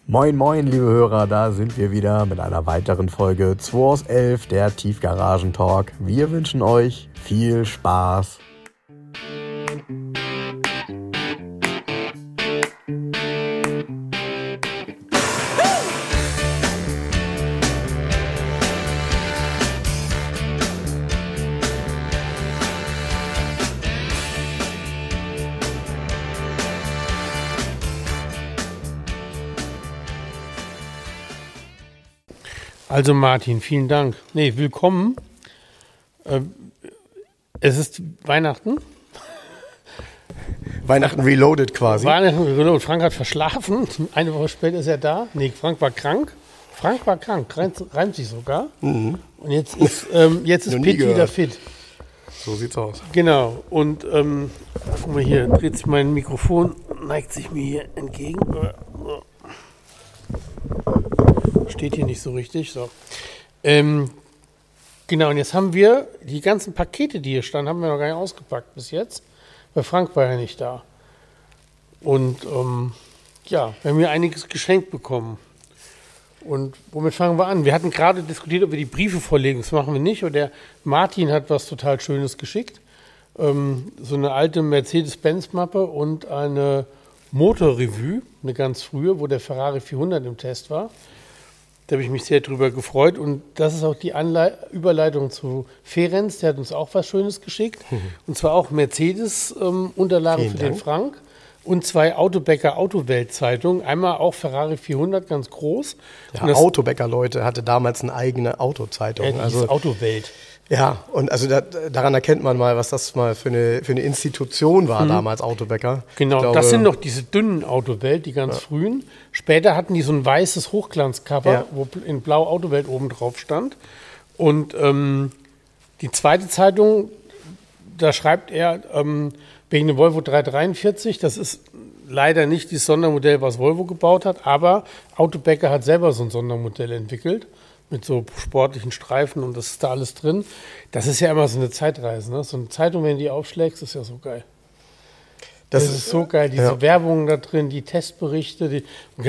Moin moin liebe Hörer, da sind wir wieder mit einer weiteren Folge 2 aus 11, der Tiefgaragen-Talk. Wir wünschen euch viel Spaß. Also Martin, vielen Dank. Willkommen. Es ist Weihnachten. Weihnachten reloaded quasi. Weihnachten reloaded. Frank hat verschlafen. Eine Woche später ist er da. Frank war krank. Reimt sich sogar. Mhm. Und jetzt ist Pitt wieder fit. So sieht's aus. Genau. Und guck mal hier, dreht sich mein Mikrofon, neigt sich mir hier entgegen. Steht hier nicht so richtig. So. Genau, und jetzt haben wir die ganzen Pakete, die hier standen, haben wir noch gar nicht ausgepackt bis jetzt, weil Frank war ja nicht da. Und wir haben hier einiges geschenkt bekommen. Und womit fangen wir an? Wir hatten gerade diskutiert, ob wir die Briefe vorlegen. Das machen wir nicht. Und der Martin hat was total Schönes geschickt. So eine alte Mercedes-Benz-Mappe und eine Motorrevue, eine ganz frühe, wo der Ferrari 400 im Test war. Da habe ich mich sehr drüber gefreut. Und das ist auch die Überleitung zu Ferenc. Der hat uns auch was Schönes geschickt. Und zwar auch Mercedes-Unterlagen für den Frank. Und 2 Autobäcker Autowelt-Zeitungen. Einmal auch Ferrari 400, ganz groß. Ja, Autobäcker-Leute hatte damals eine eigene Autozeitung. Ja, die Autowelt. Ja, und also daran erkennt man mal, was das mal für eine Institution war damals, Autobäcker. Genau, das sind noch diese dünnen Autowelt, die ganz frühen. Später hatten die so ein weißes Hochglanzcover, wo in blau Autowelt oben drauf stand. Und die zweite Zeitung, da schreibt er wegen dem Volvo 343, das ist leider nicht das Sondermodell, was Volvo gebaut hat, aber Autobäcker hat selber so ein Sondermodell entwickelt. Mit so sportlichen Streifen und das ist da alles drin. Das ist ja immer so eine Zeitreise. Ne? So eine Zeitung, wenn du die aufschlägst, ist ja so geil. Das ist so geil. Diese Werbung da drin, die Testberichte.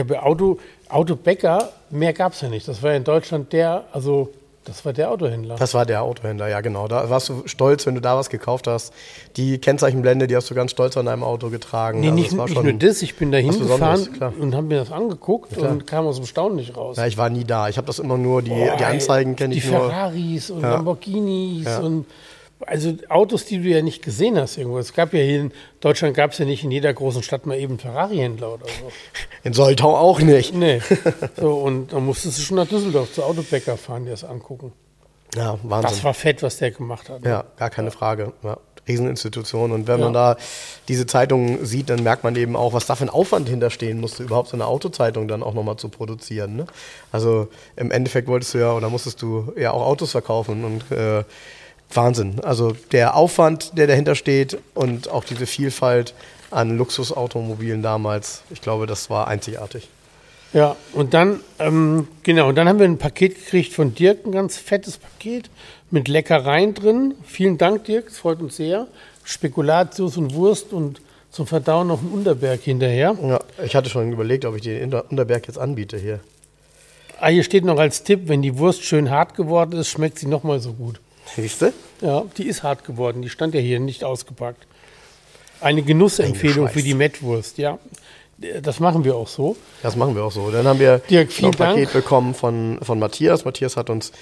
Autobäcker, mehr gab es ja nicht. Das war ja in Deutschland das war der Autohändler. Das war der Autohändler, ja genau. Da warst du stolz, wenn du da was gekauft hast. Die Kennzeichenblende, die hast du ganz stolz an deinem Auto getragen. Nee, also nicht nur das. Ich bin da hingefahren und habe mir das angeguckt und kam aus dem Staunen nicht raus. Ja, ich war nie da. Ich habe das immer nur, die Anzeigen kenne ich nur. Die Ferraris und Lamborghinis und also Autos, die du ja nicht gesehen hast irgendwo. Es gab ja hier in Deutschland, gab es ja nicht in jeder großen Stadt mal eben Ferrari-Händler oder so. In Soltau auch nicht. Nee. So, und dann musstest du schon nach Düsseldorf zu Autobäcker fahren, dir das angucken. Ja, Wahnsinn. Das war fett, was der gemacht hat. Ja, gar keine Frage. Ja, Rieseninstitution. Und wenn man da diese Zeitungen sieht, dann merkt man eben auch, was da für ein Aufwand hinterstehen musste, überhaupt so eine Autozeitung dann auch nochmal zu produzieren. Ne? Also im Endeffekt musstest du ja auch Autos verkaufen und Wahnsinn. Also der Aufwand, der dahinter steht und auch diese Vielfalt an Luxusautomobilen damals, ich glaube, das war einzigartig. Ja, und dann, und dann haben wir ein Paket gekriegt von Dirk, ein ganz fettes Paket mit Leckereien drin. Vielen Dank, Dirk, das freut uns sehr. Spekulatius und Wurst und zum Verdauen noch ein Unterberg hinterher. Ja, ich hatte schon überlegt, ob ich den Unterberg jetzt anbiete hier. Hier steht noch als Tipp, wenn die Wurst schön hart geworden ist, schmeckt sie nochmal so gut. Siehst du? Ja, die ist hart geworden. Die stand ja hier nicht ausgepackt. Eine Genussempfehlung für die Mettwurst, ja. Das machen wir auch so. Das machen wir auch so. Dann haben wir Dirk, noch ein Paket bekommen von Matthias. Matthias hat uns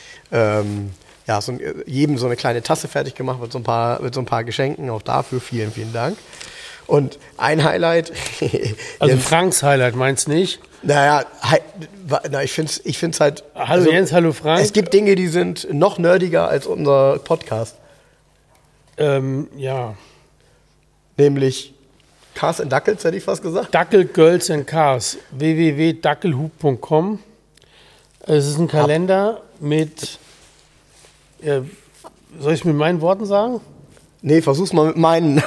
jedem so eine kleine Tasse fertig gemacht mit so ein paar Geschenken. Auch dafür vielen, vielen Dank. Und ein Highlight. Also Franks Highlight, meinst du nicht? Naja, ich find's halt. Hallo Jens, hallo Frank. Es gibt Dinge, die sind noch nerdiger als unser Podcast. Ja. Nämlich Cars and Dackels, hätte ich fast gesagt. Dackel, Girls and Cars. www.dackelhub.com. Es ist ein Kalender mit. Soll ich es mit meinen Worten sagen? Nee, versuch's mal mit meinen.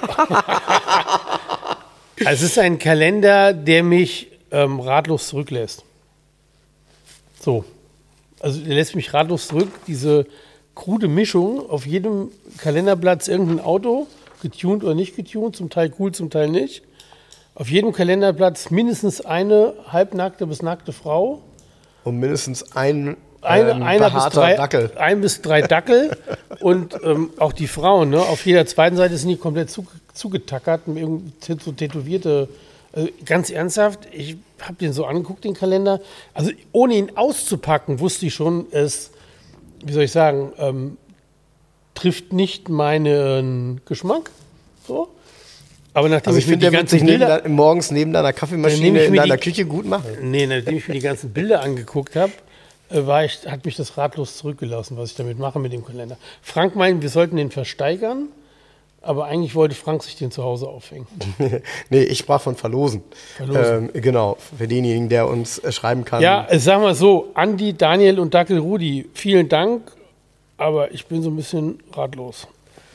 Es ist ein Kalender, der mich ratlos zurücklässt. So. Also der lässt mich ratlos zurück. Diese krude Mischung, auf jedem Kalenderblatt irgendein Auto, getuned oder nicht getuned, zum Teil cool, zum Teil nicht. Auf jedem Kalenderblatt mindestens eine halbnackte bis nackte Frau. Und mindestens ein behaarter Dackel. 1 bis 3 Dackel. Und auch die Frauen, ne? Auf jeder zweiten Seite sind die komplett zugetackert, mit so tätowierte. Ganz ernsthaft, ich habe den so angeguckt, den Kalender. Also ohne ihn auszupacken, wusste ich schon, es, wie soll ich sagen, trifft nicht meinen Geschmack. So. Aber nachdem Also ich finde, der wird sich morgens neben deiner Kaffeemaschine in deiner Küche gut machen. Nee, nachdem ich mir die ganzen Bilder angeguckt habe, hat mich das ratlos zurückgelassen, was ich damit mache mit dem Kalender. Frank meint, wir sollten den versteigern, aber eigentlich wollte Frank sich den zu Hause aufhängen. Nee, ich sprach von Verlosen. Genau, für denjenigen, der uns schreiben kann. Ja, sag mal so, Andi, Daniel und Dackel Rudi, vielen Dank, aber ich bin so ein bisschen ratlos.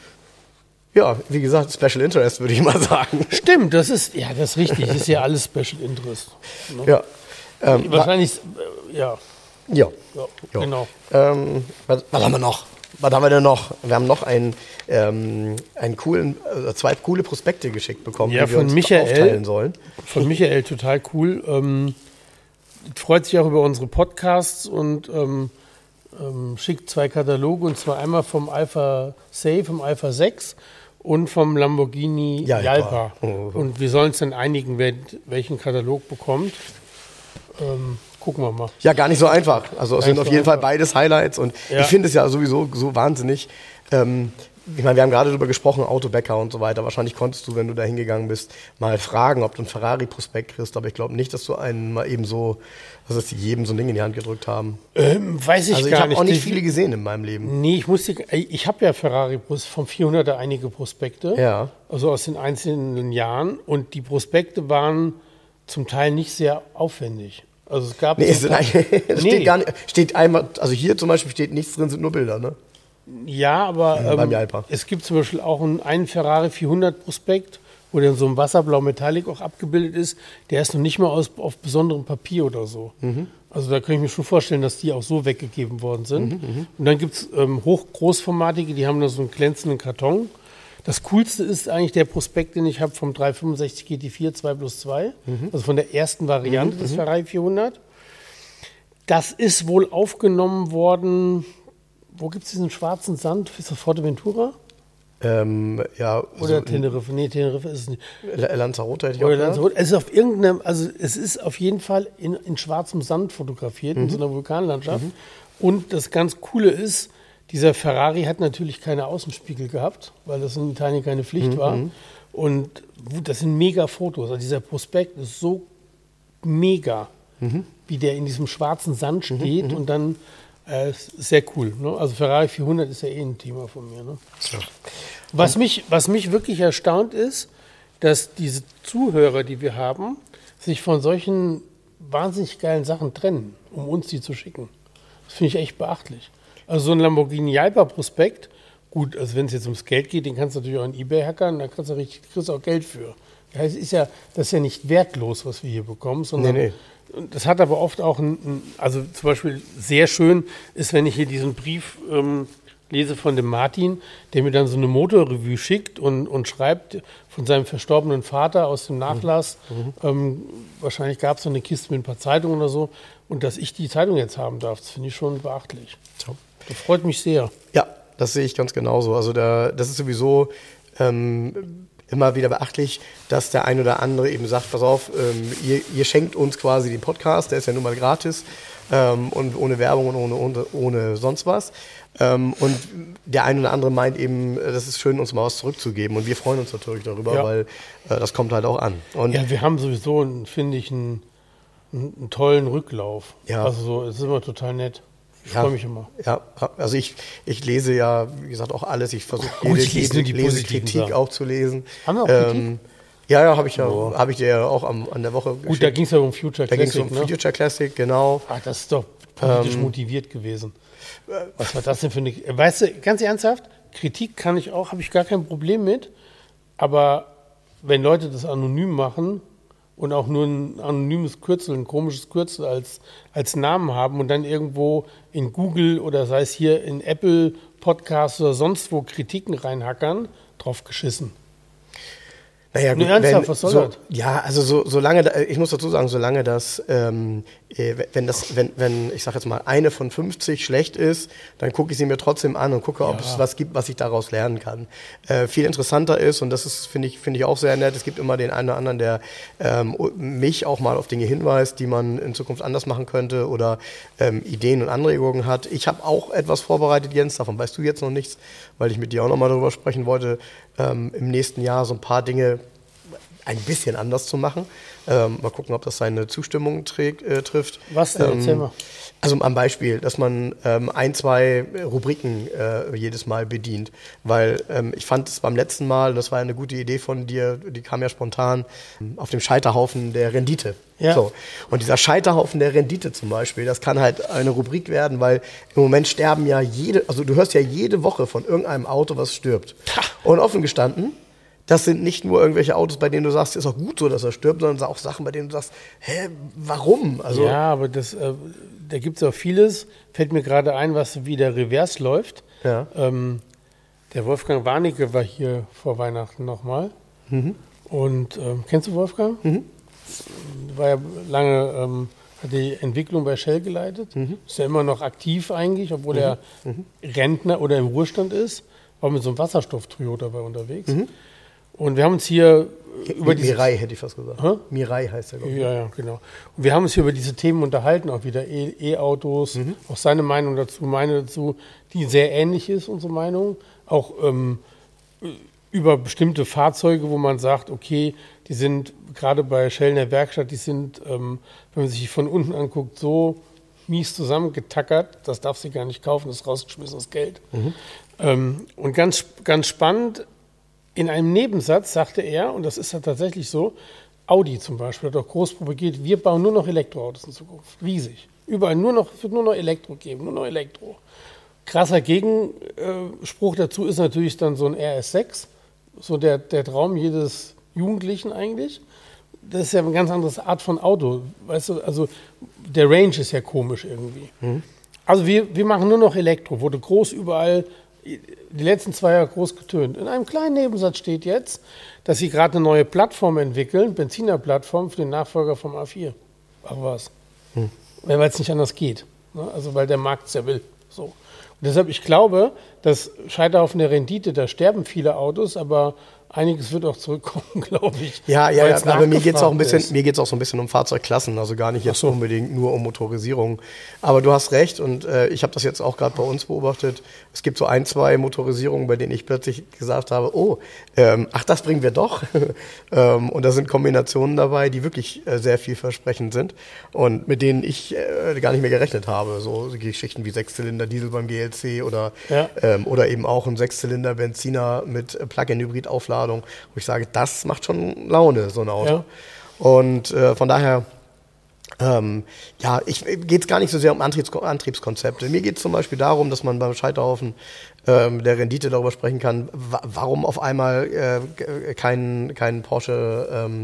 Ja, wie gesagt, Special Interest, würde ich mal sagen. Stimmt, das ist richtig, das ist ja alles Special Interest. Ne? Ja. Wahrscheinlich, ja. Ja, genau. Was haben wir noch? Was haben wir denn noch? Wir haben noch einen coolen, zwei coole Prospekte geschickt bekommen, ja, die wir uns aufteilen sollen. Von Michael, total cool. Freut sich auch über unsere Podcasts und schickt 2 Kataloge, und zwar einmal vom Alpha Safe, vom Alpha 6 und vom Lamborghini Jalpa. Und wir sollen uns dann einigen, wer welchen Katalog bekommt. Gucken wir mal. Ja, gar nicht so einfach. Also es sind auf jeden Fall beides Highlights und ich finde es ja sowieso so wahnsinnig. Ich meine, wir haben gerade darüber gesprochen, Autobäcker und so weiter. Wahrscheinlich konntest du, wenn du da hingegangen bist, mal fragen, ob du einen Ferrari-Prospekt kriegst. Aber ich glaube nicht, dass du einen mal eben so, dass die jedem so ein Ding in die Hand gedrückt haben. Weiß ich gar nicht. Ich habe auch nicht viele gesehen in meinem Leben. Nee, ich habe ja Ferrari vom 400er einige Prospekte. Ja. Also aus den einzelnen Jahren. Und die Prospekte waren zum Teil nicht sehr aufwendig. Also es gab steht gar nicht, steht einmal, also hier zum Beispiel steht nichts drin, sind nur Bilder, ne? Ja, aber beim Jalpa. Es gibt zum Beispiel auch einen Ferrari 400 Prospekt, wo der in so einem Wasserblau Metallic auch abgebildet ist. Der ist noch nicht mal auf besonderem Papier oder so. Also da kann ich mir schon vorstellen, dass die auch so weggegeben worden sind. Und dann gibt es hochgroßformatige, die haben da so einen glänzenden Karton. Das Coolste ist eigentlich der Prospekt, den ich habe vom 365 GT4 2+2, also von der ersten Variante des Ferrari 400. Das ist wohl aufgenommen worden, wo gibt es diesen schwarzen Sand? Ist das Forteventura? Ja. Oder Teneriffe? Nee, Teneriffe ist es nicht. Lanzarote hätte ich auch gesagt. Es ist auf es ist auf jeden Fall in schwarzem Sand fotografiert, in so einer Vulkanlandschaft. Und das ganz Coole ist, dieser Ferrari hat natürlich keine Außenspiegel gehabt, weil das in Italien keine Pflicht war. Und das sind mega Fotos. Also dieser Prospekt ist so mega, wie der in diesem schwarzen Sand steht. Und dann ist sehr cool. Ne? Also Ferrari 400 ist ja eh ein Thema von mir. Ne? Ja. Was mich wirklich erstaunt ist, dass diese Zuhörer, die wir haben, sich von solchen wahnsinnig geilen Sachen trennen, um uns die zu schicken. Das finde ich echt beachtlich. Also so ein Lamborghini Jalpa Prospekt, gut, also wenn es jetzt ums Geld geht, den kannst du natürlich auch in eBay hackern, da kriegst du auch Geld für. Ja, das ist ja nicht wertlos, was wir hier bekommen, sondern das hat aber oft auch also zum Beispiel sehr schön ist, wenn ich hier diesen Brief lese von dem Martin, der mir dann so eine Motorrevue schickt und schreibt von seinem verstorbenen Vater aus dem Nachlass. Wahrscheinlich gab es so eine Kiste mit ein paar Zeitungen oder so. Und dass ich die Zeitung jetzt haben darf, das finde ich schon beachtlich. So. Das freut mich sehr. Ja, das sehe ich ganz genauso. Also das ist sowieso immer wieder beachtlich, dass der ein oder andere eben sagt, pass auf, ihr schenkt uns quasi den Podcast, der ist ja nun mal gratis und ohne Werbung und ohne sonst was. Und der ein oder andere meint eben, das ist schön, uns mal was zurückzugeben. Und wir freuen uns natürlich darüber, weil das kommt halt auch an. Und ja, wir haben sowieso, finde ich, einen tollen Rücklauf. Ja. Also so, es ist immer total nett. Ich freue mich immer. Ja, also ich lese ja, wie gesagt, auch alles. Ich versuche jede Kritik auch zu lesen. Haben wir auch Kritik? Ja, habe ich dir ja auch an der Woche geschickt. Gut, da ging es ja um Future Classic. Da ging es um Future Classic, genau. Ach, das ist doch politisch motiviert gewesen. Was war das denn für eine... Weißt du, ganz ernsthaft, Kritik habe ich gar kein Problem mit. Aber wenn Leute das anonym machen und auch nur ein anonymes Kürzel, ein komisches Kürzel als Namen haben und dann irgendwo in Google oder sei es hier in Apple Podcasts oder sonst wo Kritiken reinhackern, drauf geschissen. Naja, gut, ernsthaft, was soll das? Ja, also solange, ich muss dazu sagen, solange das, wenn ich sag jetzt mal, eine von 50 schlecht ist, dann gucke ich sie mir trotzdem an und gucke, ob es was gibt, was ich daraus lernen kann. Viel interessanter ist, und das ist, finde ich auch sehr nett, es gibt immer den einen oder anderen, der mich auch mal auf Dinge hinweist, die man in Zukunft anders machen könnte oder Ideen und Anregungen hat. Ich habe auch etwas vorbereitet, Jens, davon weißt du jetzt noch nichts, weil ich mit dir auch noch mal darüber sprechen wollte, im nächsten Jahr so ein paar Dinge ein bisschen anders zu machen. Mal gucken, ob das seine Zustimmung trifft. Was denn? Erzähl mal. Also am Beispiel, dass man 2 Rubriken jedes Mal bedient. Weil ich fand es beim letzten Mal, das war eine gute Idee von dir, die kam ja spontan, auf dem Scheiterhaufen der Rendite. Ja. So. Und dieser Scheiterhaufen der Rendite zum Beispiel, das kann halt eine Rubrik werden, weil im Moment sterben ja also du hörst ja jede Woche von irgendeinem Auto, was stirbt. Und offen gestanden, das sind nicht nur irgendwelche Autos, bei denen du sagst, ist auch gut so, dass er stirbt, sondern auch Sachen, bei denen du sagst, warum? Also, ja, aber da gibt es auch vieles. Fällt mir gerade ein, was wieder revers läuft. Ja. Der Wolfgang Warnecke war hier vor Weihnachten nochmal. Und kennst du Wolfgang? War ja lange, hat die Entwicklung bei Shell geleitet. Ist ja immer noch aktiv eigentlich, obwohl er Rentner oder im Ruhestand ist. War mit so einem Wasserstoff-Trio dabei unterwegs. Und wir haben uns hier über diese... Mirai hätte ich fast gesagt. Mirai heißt er, glaube ich. Ja, genau. Und wir haben uns hier über diese Themen unterhalten, auch wieder E-Autos, auch seine Meinung dazu, meine dazu, die sehr ähnlich ist, unsere Meinung. Auch über bestimmte Fahrzeuge, wo man sagt, okay, die sind gerade bei Shell in der Werkstatt, die sind, wenn man sich die von unten anguckt, so mies zusammengetackert, das darfst du gar nicht kaufen, das ist rausgeschmissenes Geld. Und ganz, ganz spannend, in einem Nebensatz sagte er, und das ist ja tatsächlich so, Audi zum Beispiel hat auch groß propagiert, wir bauen nur noch Elektroautos in Zukunft, riesig. Überall es wird nur noch Elektro geben, nur noch Elektro. Krasser Gegenspruch dazu ist natürlich dann so ein RS6, so der Traum jedes Jugendlichen eigentlich. Das ist ja eine ganz andere Art von Auto, weißt du, also der Range ist ja komisch irgendwie. Also wir machen nur noch Elektro, wurde groß überall, die letzten 2 Jahre groß getönt. In einem kleinen Nebensatz steht jetzt, dass sie gerade eine neue Plattform entwickeln, Benziner-Plattform für den Nachfolger vom A4. Ach was. Weil es nicht anders geht. Ne? Also weil der Markt es ja will. So. Und deshalb, ich glaube, das Scheiterhaufen der Rendite, da sterben viele Autos, aber einiges wird auch zurückkommen, glaube ich. Ja, aber mir geht es auch so ein bisschen um Fahrzeugklassen, also gar nicht jetzt unbedingt nur um Motorisierung. Aber du hast recht und ich habe das jetzt auch gerade bei uns beobachtet. Es gibt so 2 Motorisierungen, bei denen ich plötzlich gesagt habe, das bringen wir doch. Und da sind Kombinationen dabei, die wirklich sehr vielversprechend sind und mit denen ich gar nicht mehr gerechnet habe. So Geschichten wie 6-Zylinder-Diesel beim GLC oder eben auch ein 6-Zylinder-Benziner mit Plug-in-Hybrid-Aufladung, wo ich sage, das macht schon Laune, so ein Auto. Ja. Und von daher, geht es gar nicht so sehr um Antriebskonzepte. Mir geht es zum Beispiel darum, dass man beim Scheiterhaufen der Rendite darüber sprechen kann, warum auf einmal kein Porsche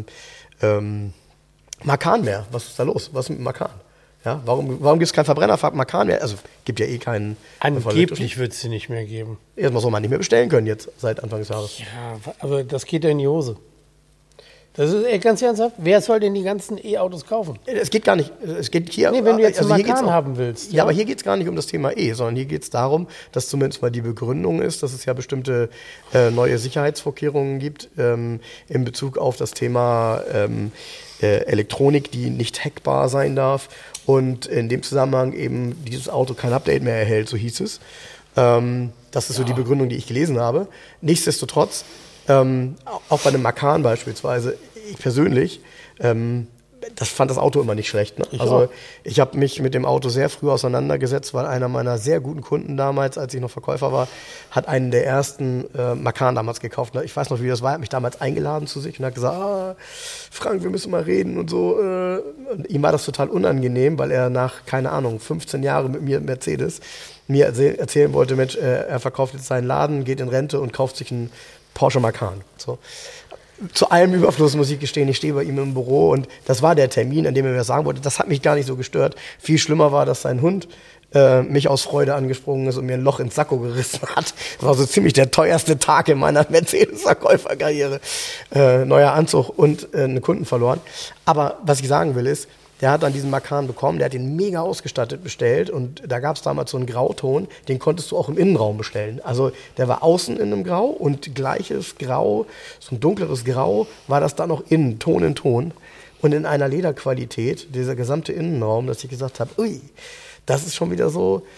Macan mehr. Was ist da los? Was ist mit Macan? Ja, warum gibt es keinen Verbrennerfahrt Macan mehr? Also gibt ja keinen. Angeblich wird es sie nicht mehr geben. Erstmal soll man nicht mehr bestellen können jetzt seit Anfang des Jahres. Ja, aber das geht ja in die Hose. Das ist ganz ernsthaft. Wer soll denn die ganzen E-Autos kaufen? Es geht gar nicht. Es geht hier. Nee, wenn du jetzt einen Macan haben willst. Ja, aber hier geht es gar nicht um das Thema E, sondern hier geht es darum, dass zumindest mal die Begründung ist, dass es ja bestimmte neue Sicherheitsvorkehrungen gibt in Bezug auf das Thema Elektronik, die nicht hackbar sein darf. Und in dem Zusammenhang eben dieses Auto kein Update mehr erhält, so hieß es. Das ist so die Begründung, die ich gelesen habe. Nichtsdestotrotz, auch bei einem Macan beispielsweise, ich persönlich, fand das Auto immer nicht schlecht. Ne? Ich habe mich mit dem Auto sehr früh auseinandergesetzt, weil einer meiner sehr guten Kunden damals, als ich noch Verkäufer war, hat einen der ersten Macan damals gekauft. Ne? Ich weiß noch, wie das war. Er hat mich damals eingeladen zu sich und hat gesagt, Frank, wir müssen mal reden und so. Und ihm war das total unangenehm, weil er nach, 15 Jahren mit mir Mercedes mir erzählen wollte, Mensch, er verkauft jetzt seinen Laden, geht in Rente und kauft sich einen Porsche Macan. So. Zu allem Überfluss muss ich gestehen, ich stehe bei ihm im Büro und das war der Termin, an dem er mir das sagen wollte. Das hat mich gar nicht so gestört. Viel schlimmer war, dass sein Hund mich aus Freude angesprungen ist und mir ein Loch ins Sakko gerissen hat. Das war so ziemlich der teuerste Tag in meiner Mercedes-Verkäuferkarriere. Neuer Anzug und einen Kunden verloren. Aber was ich sagen will ist, der hat dann diesen Macan bekommen, der hat den mega ausgestattet bestellt und da gab es damals so einen Grauton, den konntest du auch im Innenraum bestellen. Also der war außen in einem Grau und gleiches Grau, so ein dunkleres Grau, war das dann auch innen, Ton in Ton. Und in einer Lederqualität, dieser gesamte Innenraum, dass ich gesagt habe, ui, das ist schon wieder so,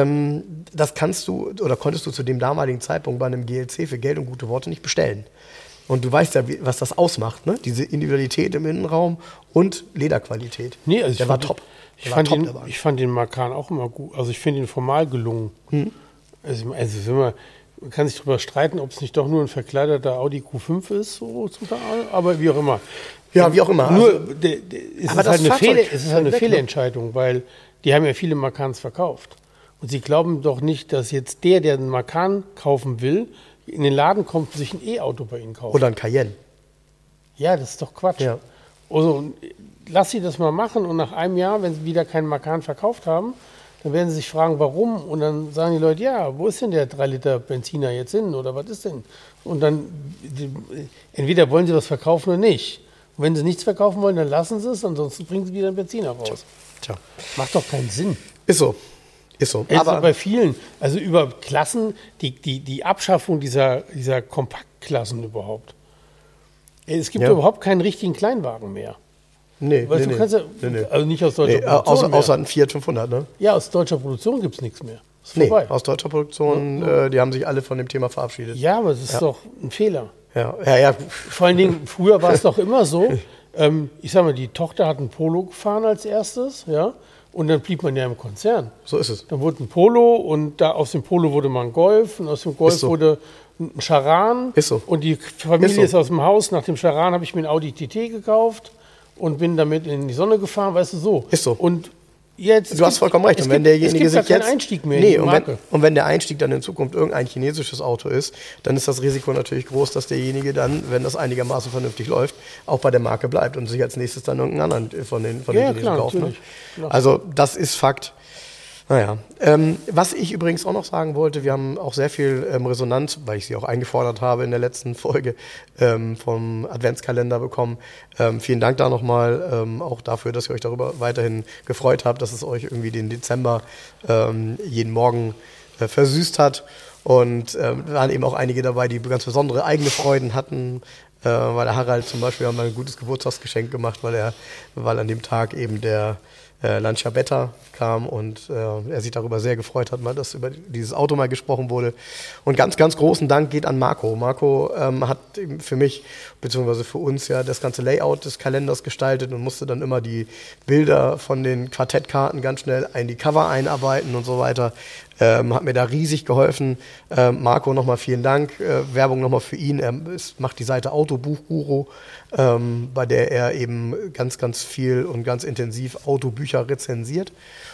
das kannst du oder konntest du zu dem damaligen Zeitpunkt bei einem GLC für Geld und gute Worte nicht bestellen. Und du weißt ja, was das ausmacht, ne? Diese Individualität im Innenraum und Lederqualität. Nee, also der war top. Ich fand den Macan auch immer gut. Also ich finde ihn formal gelungen. Also man kann sich darüber streiten, ob es nicht doch nur ein verkleideter Audi Q5 ist, so zum Teil, aber wie auch immer. Ja, wie auch immer. Nur es ist halt eine Fehlentscheidung, weil die haben ja viele Macans verkauft. Und sie glauben doch nicht, dass jetzt der einen Macan kaufen will, in den Laden kommt und sich ein E-Auto bei ihnen kauft. Oder ein Cayenne. Ja, das ist doch Quatsch. Ja. Also, lass sie das mal machen und nach einem Jahr, wenn sie wieder keinen Macan verkauft haben, dann werden sie sich fragen, warum. Und dann sagen die Leute, ja, wo ist denn der 3 Liter Benziner jetzt hin oder was ist denn? Und dann, entweder wollen sie was verkaufen oder nicht. Und wenn sie nichts verkaufen wollen, dann lassen sie es, ansonsten bringen sie wieder einen Benziner raus. Tja. Macht doch keinen Sinn. Ist so. Ist so. Aber bei vielen, also über Klassen, die Abschaffung dieser Kompaktklassen überhaupt. Es gibt überhaupt keinen richtigen Kleinwagen mehr. Nee, also nicht aus deutscher Produktion außer ein Fiat 500, ne? Ja, aus deutscher Produktion gibt es nichts mehr. Ist vorbei. Aus deutscher Produktion, die haben sich alle von dem Thema verabschiedet. Ja, aber das ist doch ein Fehler. Ja. Vor allen Dingen, früher war es doch immer so, ich sag mal, die Tochter hat ein Polo gefahren als erstes, ja. Und dann blieb man ja im Konzern. So ist es. Dann wurde ein Polo und aus dem Polo wurde mal ein Golf und aus dem Golf wurde ein Charan. Ist so. Und die Familie ist aus dem Haus. Nach dem Charan habe ich mir ein Audi TT gekauft und bin damit in die Sonne gefahren, weißt du, so. Ist so. Und jetzt, du hast vollkommen recht. Und wenn derjenige es gibt keinen Einstieg mehr in die Marke. Und wenn der Einstieg dann in Zukunft irgendein chinesisches Auto ist, dann ist das Risiko natürlich groß, dass derjenige dann, wenn das einigermaßen vernünftig läuft, auch bei der Marke bleibt und sich als nächstes dann irgendeinen anderen von den Chinesen kauft. Ne? Also das ist Fakt. Naja, was ich übrigens auch noch sagen wollte, wir haben auch sehr viel Resonanz, weil ich sie auch eingefordert habe in der letzten Folge, vom Adventskalender bekommen. Vielen Dank da nochmal, auch dafür, dass ihr euch darüber weiterhin gefreut habt, dass es euch irgendwie den Dezember jeden Morgen versüßt hat. Und waren eben auch einige dabei, die ganz besondere eigene Freuden hatten, weil der Harald zum Beispiel haben wir ein gutes Geburtstagsgeschenk gemacht, weil an dem Tag eben der Lancia Beta kam und er sich darüber sehr gefreut hat, dass über dieses Auto mal gesprochen wurde. Und ganz, ganz großen Dank geht an Marco. Marco hat für mich, beziehungsweise für uns ja das ganze Layout des Kalenders gestaltet und musste dann immer die Bilder von den Quartettkarten ganz schnell in die Cover einarbeiten und so weiter. Hat mir da riesig geholfen. Marco, nochmal vielen Dank. Werbung nochmal für ihn. Er macht die Seite Autobuchguru, bei der er eben ganz, ganz viel und ganz intensiv Autobücher rezensiert.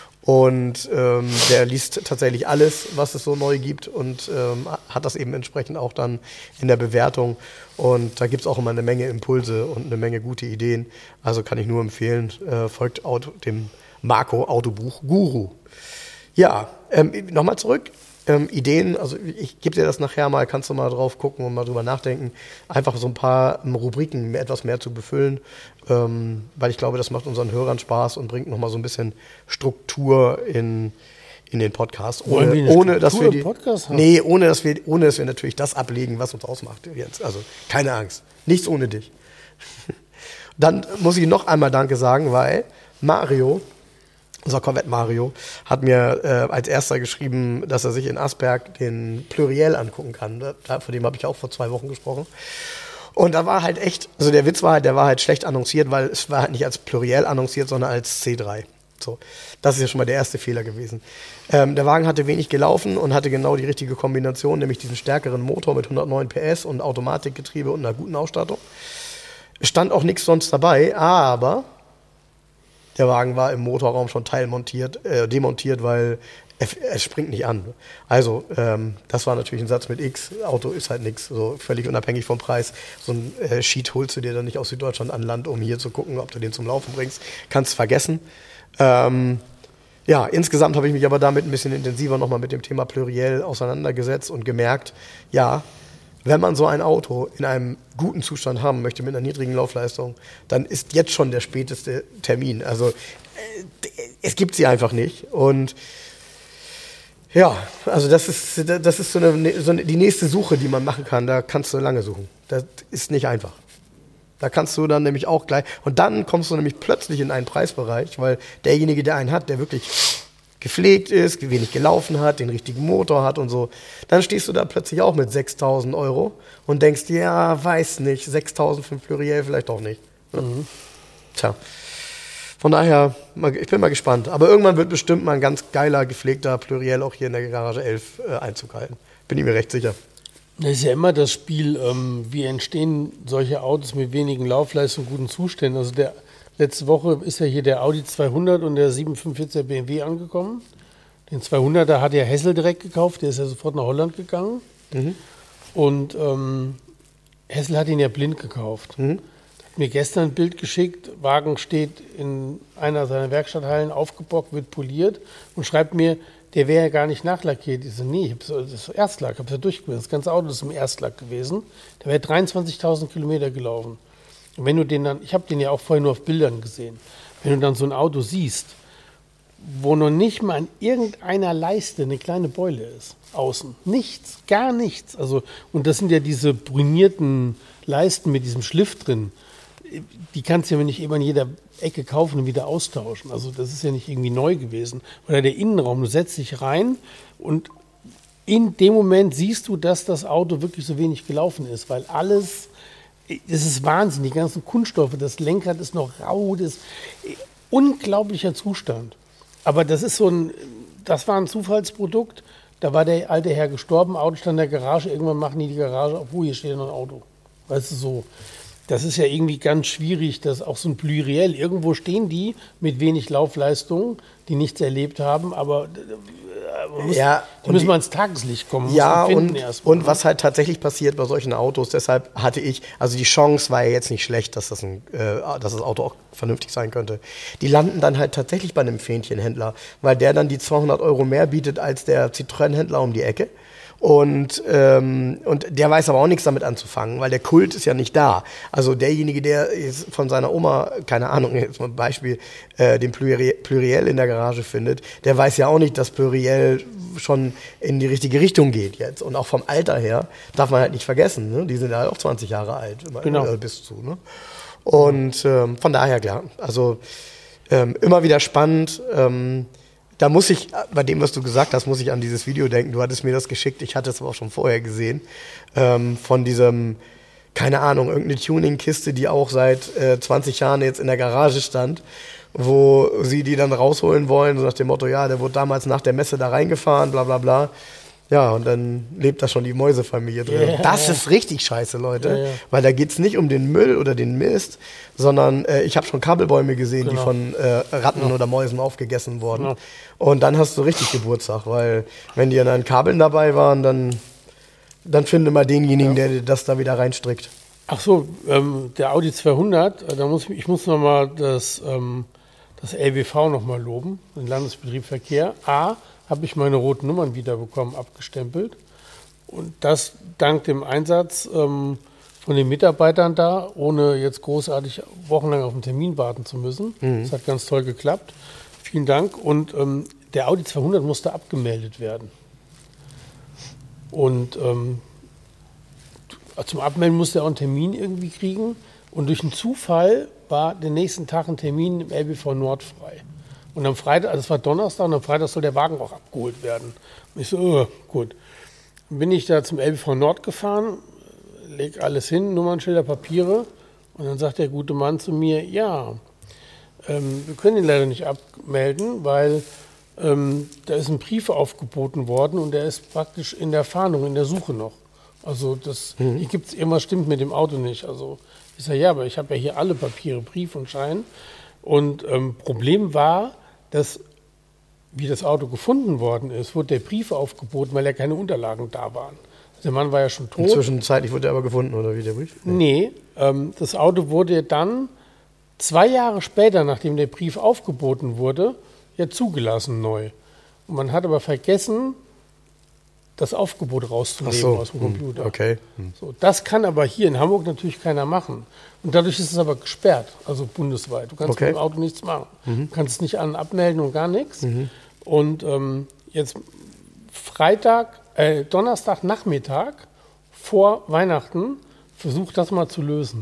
Und der liest tatsächlich alles, was es so neu gibt und hat das eben entsprechend auch dann in der Bewertung. Und da gibt es auch immer eine Menge Impulse und eine Menge gute Ideen. Also kann ich nur empfehlen, folgt dem Marco Autobuchguru. Ja, nochmal zurück. Ideen, also ich gebe dir das nachher mal, kannst du mal drauf gucken und mal drüber nachdenken. Einfach so ein paar Rubriken etwas mehr zu befüllen, weil ich glaube, das macht unseren Hörern Spaß und bringt nochmal so ein bisschen Struktur in den Podcast. Ohne dass wir natürlich das ablegen, was uns ausmacht jetzt. Also keine Angst, nichts ohne dich. Dann muss ich noch einmal Danke sagen, weil Mario, unser Corvette Mario, hat mir als erster geschrieben, dass er sich in Asperg den Pluriel angucken kann. Von dem habe ich auch vor 2 Wochen gesprochen. Und da war halt echt, also der Witz war halt, der war halt schlecht annonciert, weil es war halt nicht als Pluriel annonciert, sondern als C3. So, das ist ja schon mal der erste Fehler gewesen. Der Wagen hatte wenig gelaufen und hatte genau die richtige Kombination, nämlich diesen stärkeren Motor mit 109 PS und Automatikgetriebe und einer guten Ausstattung. Es stand auch nichts sonst dabei, aber der Wagen war im Motorraum schon demontiert, weil er springt nicht an. Also, das war natürlich ein Satz mit X. Auto ist halt nichts, so völlig unabhängig vom Preis. So ein Sheet holst du dir dann nicht aus Süddeutschland an Land, um hier zu gucken, ob du den zum Laufen bringst. Kannst vergessen. Ja, insgesamt habe ich mich aber damit ein bisschen intensiver nochmal mit dem Thema Pluriel auseinandergesetzt und gemerkt, ja, wenn man so ein Auto in einem guten Zustand haben möchte, mit einer niedrigen Laufleistung, dann ist jetzt schon der späteste Termin. Also es gibt sie einfach nicht. Und ja, also das ist die nächste Suche, die man machen kann. Da kannst du lange suchen. Das ist nicht einfach. Da kannst du dann nämlich auch gleich, und dann kommst du nämlich plötzlich in einen Preisbereich, weil derjenige, der einen hat, der wirklich gepflegt ist, wenig gelaufen hat, den richtigen Motor hat und so, dann stehst du da plötzlich auch mit 6.000 € und denkst dir, ja, weiß nicht, 6.000 für ein Pluriel vielleicht auch nicht. Mhm. Tja, von daher, ich bin mal gespannt. Aber irgendwann wird bestimmt mal ein ganz geiler, gepflegter Pluriel auch hier in der Garage 11 Einzug halten. Bin ich mir recht sicher. Das ist ja immer das Spiel, wie entstehen solche Autos mit wenigen Laufleistungen, guten Zuständen. Also letzte Woche ist ja hier der Audi 200 und der 745er BMW angekommen. Den 200er hat ja Hessel direkt gekauft, der ist ja sofort nach Holland gegangen. Mhm. Und Hessel hat ihn ja blind gekauft. Mhm. Hat mir gestern ein Bild geschickt, Wagen steht in einer seiner Werkstatthallen, aufgebockt, wird poliert und schreibt mir, der wäre ja gar nicht nachlackiert. Ich so, nee, das ist Erstlack, ich habe es ja durchgeführt. Das ganze Auto ist im Erstlack gewesen. Der wäre 23.000 Kilometer gelaufen. Und wenn du den dann, ich habe den ja auch vorher nur auf Bildern gesehen, wenn du dann so ein Auto siehst, wo noch nicht mal an irgendeiner Leiste eine kleine Beule ist, außen, nichts, gar nichts. Also, und das sind ja diese brünierten Leisten mit diesem Schliff drin. Die kannst du ja nicht immer in jeder Ecke kaufen und wieder austauschen. Also das ist ja nicht irgendwie neu gewesen. Oder der Innenraum, du setzt dich rein und in dem Moment siehst du, dass das Auto wirklich so wenig gelaufen ist, weil alles, das ist Wahnsinn, die ganzen Kunststoffe, das Lenkrad ist noch rau, das ist unglaublicher Zustand. Aber das ist das war ein Zufallsprodukt, da war der alte Herr gestorben, Auto stand in der Garage, irgendwann machen die Garage auf, hier steht noch ein Auto. Weißt du, so. Das ist ja irgendwie ganz schwierig, dass auch so ein Pluriel, irgendwo stehen die mit wenig Laufleistung, die nichts erlebt haben, aber die müssen mal ins Tageslicht kommen. Ja, und was halt tatsächlich passiert bei solchen Autos, deshalb hatte ich, also die Chance war ja jetzt nicht schlecht, dass das Auto auch vernünftig sein könnte. Die landen dann halt tatsächlich bei einem Fähnchenhändler, weil der dann die 200 € mehr bietet als der Citroën-Händler um die Ecke. Und der weiß aber auch nichts damit anzufangen, weil der Kult ist ja nicht da. Also derjenige, der jetzt von seiner Oma, keine Ahnung, jetzt mal ein Beispiel, den Pluriel in der Garage findet, der weiß ja auch nicht, dass Pluriel schon in die richtige Richtung geht jetzt. Und auch vom Alter her darf man halt nicht vergessen, ne? Die sind halt auch 20 Jahre alt, genau. Bis zu. Ne? Und von daher, klar, also immer wieder spannend. Da muss ich, bei dem, was du gesagt hast, muss ich an dieses Video denken. Du hattest mir das geschickt, ich hatte es aber auch schon vorher gesehen. Von diesem, keine Ahnung, irgendeine Tuning-Kiste, die auch seit 20 Jahren jetzt in der Garage stand, wo sie die dann rausholen wollen, so nach dem Motto, ja, der wurde damals nach der Messe da reingefahren, bla bla bla. Ja, und dann lebt da schon die Mäusefamilie drin. Yeah, das ist richtig scheiße, Leute. Weil da geht's nicht um den Müll oder den Mist, sondern ich habe schon Kabelbäume gesehen, die von Ratten oder Mäusen aufgegessen wurden. Und dann hast du richtig Geburtstag, weil wenn die an den Kabeln dabei waren, dann finde mal denjenigen, der das da wieder reinstrickt. Ach so, der Audi 200, ich muss nochmal das LBV nochmal loben, den Landesbetrieb Verkehr. Habe ich meine roten Nummern wiederbekommen, abgestempelt. Und das dank dem Einsatz von den Mitarbeitern da, ohne jetzt großartig wochenlang auf einen Termin warten zu müssen. Mhm. Das hat ganz toll geklappt. Vielen Dank. Und der Audi 200 musste abgemeldet werden. Und zum Abmelden musste er auch einen Termin irgendwie kriegen. Und durch einen Zufall war den nächsten Tag ein Termin im LBV Nord frei. Und am Freitag, also es war Donnerstag, und am Freitag soll der Wagen auch abgeholt werden. Und ich so, gut. Dann bin ich da zum LBV Nord gefahren, leg alles hin, Nummernschilder, Papiere. Und dann sagt der gute Mann zu mir, ja, wir können ihn leider nicht abmelden, weil da ist ein Brief aufgeboten worden und der ist praktisch in der Fahndung, in der Suche noch. Also hier gibt's irgendwas stimmt mit dem Auto nicht. Also ich sage, ja, aber ich habe ja hier alle Papiere, Brief und Schein. Und Problem war, dass, wie das Auto gefunden worden ist, wurde der Brief aufgeboten, weil ja keine Unterlagen da waren. Der Mann war ja schon tot. Zwischenzeitlich wurde er aber gefunden, oder wie der Brief? Nee, das Auto wurde dann 2 Jahre später, nachdem der Brief aufgeboten wurde, ja zugelassen neu. Und man hat aber vergessen, das Aufgebot rauszunehmen aus dem Computer. Okay. So, das kann aber hier in Hamburg natürlich keiner machen. Und dadurch ist es aber gesperrt, also bundesweit. Du kannst mit dem Auto nichts machen. Du kannst es nicht an- und abmelden und gar nichts. Und jetzt Donnerstagnachmittag vor Weihnachten versucht das mal zu lösen.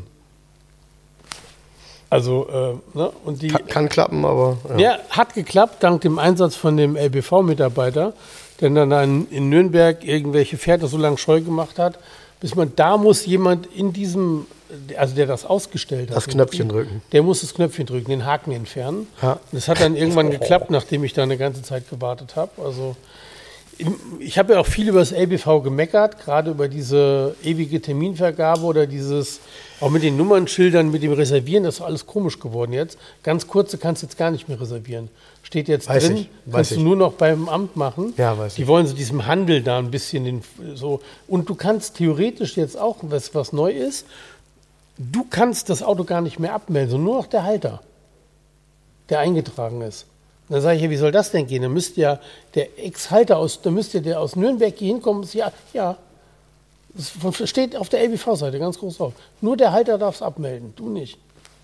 Also, und die Kann klappen, aber... Ja, hat geklappt, dank dem Einsatz von dem LBV-Mitarbeiter, der dann in Nürnberg irgendwelche Pferde so lange scheu gemacht hat, da muss jemand in diesem, also der das ausgestellt hat. Das Knöpfchen drücken. Der muss das Knöpfchen drücken, den Haken entfernen. Ja. Und das hat dann irgendwann geklappt, nachdem ich da eine ganze Zeit gewartet habe. Also ich habe ja auch viel über das LBV gemeckert, gerade über diese ewige Terminvergabe oder dieses, auch mit den Nummernschildern, mit dem Reservieren, das ist alles komisch geworden jetzt. Ganz kurze kannst du jetzt gar nicht mehr reservieren. Steht jetzt drin, kannst du nur noch beim Amt machen. Ja, weiß ich. Die wollen so diesem Handel da ein bisschen so. Und du kannst theoretisch jetzt auch, was neu ist, du kannst das Auto gar nicht mehr abmelden, sondern nur noch der Halter, der eingetragen ist. Dann sage ich ja, wie soll das denn gehen? Dann müsste ja der Ex-Halter der aus Nürnberg hier hinkommen. Ja, das steht auf der LBV-Seite ganz groß drauf. Nur der Halter darf es abmelden, du nicht.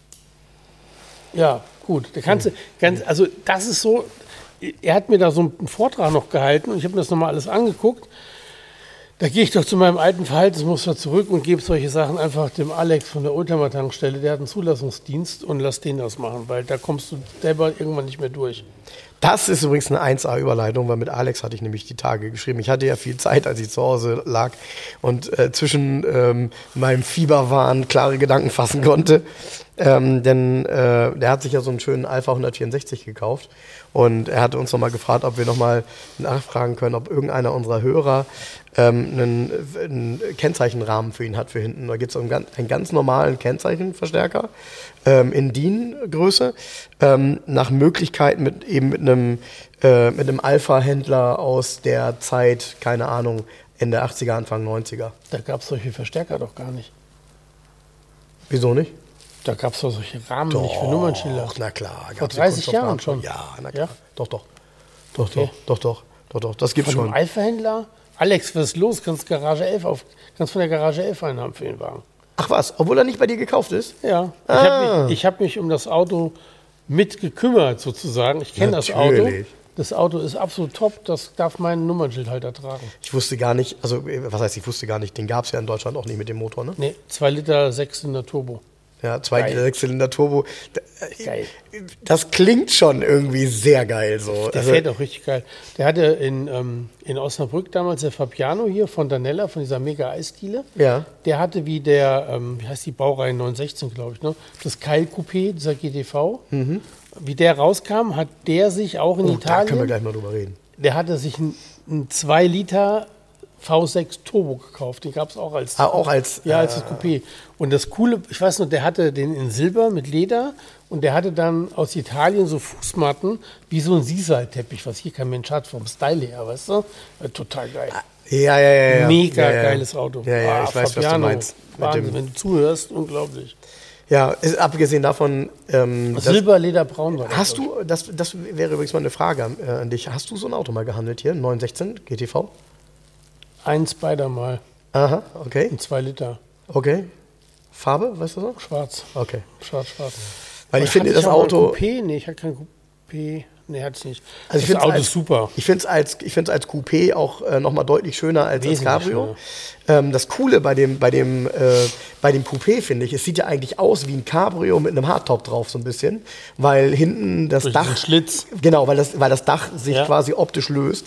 Ja, gut. Da kannst du, also das ist so, er hat mir da so einen Vortrag noch gehalten und ich habe mir das nochmal alles angeguckt. Da gehe ich doch zu meinem alten Verhaltensmuster zurück und gebe solche Sachen einfach dem Alex von der Oldtimer-Tankstelle. Der hat einen Zulassungsdienst und lass den das machen, weil da kommst du selber irgendwann nicht mehr durch. Das ist übrigens eine 1A-Überleitung, weil mit Alex hatte ich nämlich die Tage geschrieben. Ich hatte ja viel Zeit, als ich zu Hause lag und zwischen meinem Fieberwahn klare Gedanken fassen konnte. Denn der hat sich ja so einen schönen Alpha 164 gekauft und er hatte uns nochmal gefragt, ob wir nochmal nachfragen können, ob irgendeiner unserer Hörer einen Kennzeichenrahmen für ihn hat für hinten. Da gibt es einen ganz normalen Kennzeichenverstärker in DIN-Größe, nach Möglichkeit mit einem Alpha-Händler aus der Zeit, keine Ahnung, Ende 80er, Anfang 90er. Da gab es solche Verstärker doch gar nicht. Wieso nicht? Da gab es doch solche Rahmen nicht für Nummernschilder. Doch, na klar. Vor 30 Jahren schon? Ja, na klar. Ja? Doch. Okay. Doch. Das gibt's Von schon. einem Alpha-Händler? Alex, was ist los? Kannst von der Garage 11 einen haben für den Wagen. Ach was, obwohl er nicht bei dir gekauft ist? Ja. Ich hab mich um das Auto mitgekümmert sozusagen. Ich kenne das Auto. Das Auto ist absolut top, das darf mein Nummernschild halt ertragen. Ich wusste gar nicht, also was heißt, ich wusste gar nicht, den gab es ja in Deutschland auch nicht mit dem Motor, ne? Nee, 2 Liter 6-Zylinder Turbo. Ja, 2 Liter 6-Zylinder Turbo. Geil. Das klingt schon irgendwie sehr geil so. Der fährt auch richtig geil. Der hatte in Osnabrück damals der Fabiano hier von Danella, von dieser Mega-Eisdiele. Ja. Der hatte wie der, wie heißt die Baureihe 916, glaube ich, ne? Das Keil-Coupé, dieser GTV. Wie der rauskam, hat der sich auch in Italien... Da können wir gleich mal drüber reden. Der hatte sich einen 2 Liter V6 Turbo gekauft. Den gab es auch als... als das Coupé. Und das Coole, ich weiß noch, der hatte den in Silber mit Leder und der hatte dann aus Italien so Fußmatten wie so ein Sisal-Teppich, was hier kein Mensch hat, vom Style her, weißt du? Total geil. Ja. Mega geiles Auto. Ja, ich weiß, Fabiano, was du meinst. Wahnsinn, wenn du zuhörst, unglaublich. Ja, abgesehen davon... Silber, Leder, Braun war das. Hast du, das wäre übrigens mal eine Frage an dich, hast du so ein Auto mal gehandelt hier, 916 GTV? Eins beider mal. Aha, okay. Und 2 Liter. Okay. Farbe, weißt du so? Schwarz. Okay. Schwarz. Weil ich finde das Auto... Coupé? Nee, ich hatte kein Coupé. Nee, hatte ich nicht. Also das Auto ist super. Ich finde es als Coupé auch nochmal deutlich schöner als das Cabrio. Das Coole bei dem Coupé, finde ich, es sieht ja eigentlich aus wie ein Cabrio mit einem Hardtop drauf, so ein bisschen. Weil hinten das durch Dach... Schlitz. Genau, weil das Dach sich quasi optisch löst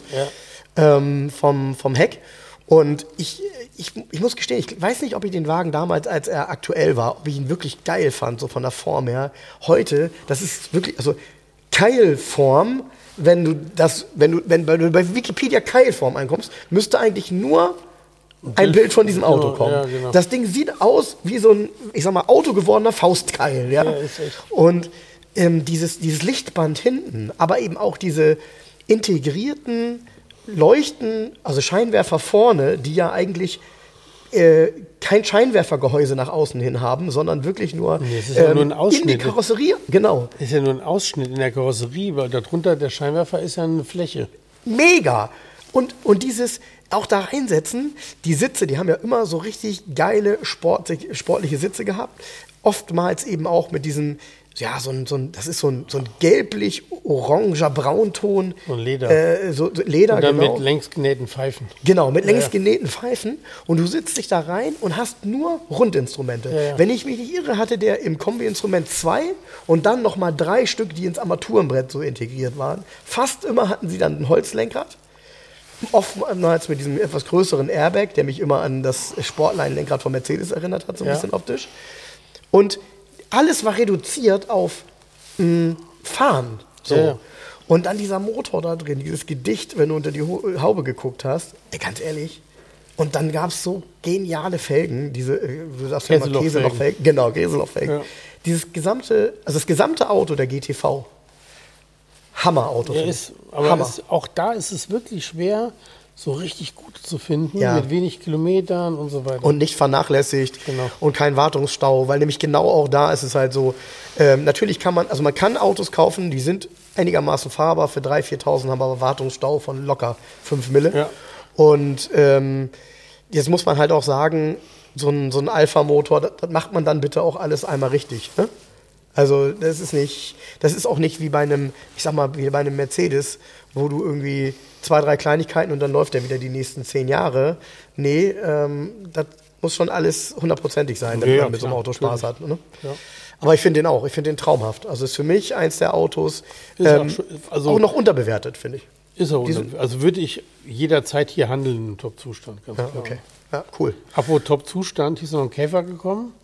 vom Heck. Und ich muss gestehen, ich weiß nicht, ob ich den Wagen damals, als er aktuell war, ob ich ihn wirklich geil fand, so von der Form her. Heute, das ist wirklich, also Keilform, wenn du bei Wikipedia Keilform einkommst, müsste eigentlich nur ein Bild von diesem Auto kommen. Ja, genau. Das Ding sieht aus wie so ein, ich sag mal, autogewordener Faustkeil. Ja, ist echt. Und dieses Lichtband hinten, aber eben auch diese integrierten Leuchten, also Scheinwerfer vorne, die ja eigentlich kein Scheinwerfergehäuse nach außen hin haben, sondern wirklich nur, es ist ja nur ein in Ausschnitt. die Karosserie. Genau. Das ist ja nur ein Ausschnitt in der Karosserie, weil darunter der Scheinwerfer ist ja eine Fläche. Mega. Und dieses auch da reinsetzen, die Sitze, die haben ja immer so richtig geile sportliche Sitze gehabt. Oftmals eben auch mit diesem, ja, das ist so ein gelblich-oranger Braunton. So ein Leder. So Leder, und dann genau. mit längs genähten Pfeifen. Genau, mit längs genähten Pfeifen. Und du sitzt dich da rein und hast nur Rundinstrumente. Ja. Wenn ich mich nicht irre, hatte der im Kombi-Instrument 2 und dann nochmal 3 Stück, die ins Armaturenbrett so integriert waren. Fast immer hatten sie dann ein Holzlenkrad. Oftmals mit diesem etwas größeren Airbag, der mich immer an das Sportline-Lenkrad von Mercedes erinnert hat, so ein bisschen optisch. Und alles war reduziert auf Fahren. So. Ja. Und dann dieser Motor da drin, dieses Gedicht, wenn du unter die Haube geguckt hast, ganz ehrlich. Und dann gab es so geniale Felgen, diese, du sagst ja immer Käselochfelgen. Genau, Käselochfelgen. Ja. Das gesamte Auto der GTV. Hammerauto. Ja, aber auch da ist es wirklich schwer, so richtig gut zu finden, mit wenig Kilometern und so weiter. Und nicht vernachlässigt und kein Wartungsstau, weil nämlich genau auch da ist es halt so, natürlich man kann Autos kaufen, die sind einigermaßen fahrbar, für 3.000, 4.000 haben aber Wartungsstau von locker 5 Mille. Ja. Und jetzt muss man halt auch sagen, so ein Alpha-Motor, das macht man dann bitte auch alles einmal richtig, ne? Also das ist auch nicht wie bei einem Mercedes, wo du irgendwie 2, 3 Kleinigkeiten und dann läuft der wieder die nächsten 10 Jahre. Nee, das muss schon alles 100%ig sein, damit man mit so einem Auto Spaß hat. Ne? Ja. Aber ich finde den traumhaft. Also ist für mich eins der Autos, auch noch unterbewertet, finde ich. Ist er unterbewertet. Also würde ich jederzeit hier handeln im Top-Zustand, ganz klar. Okay, ja, cool. Apropos Top-Zustand, hier ist noch ein Käfer gekommen.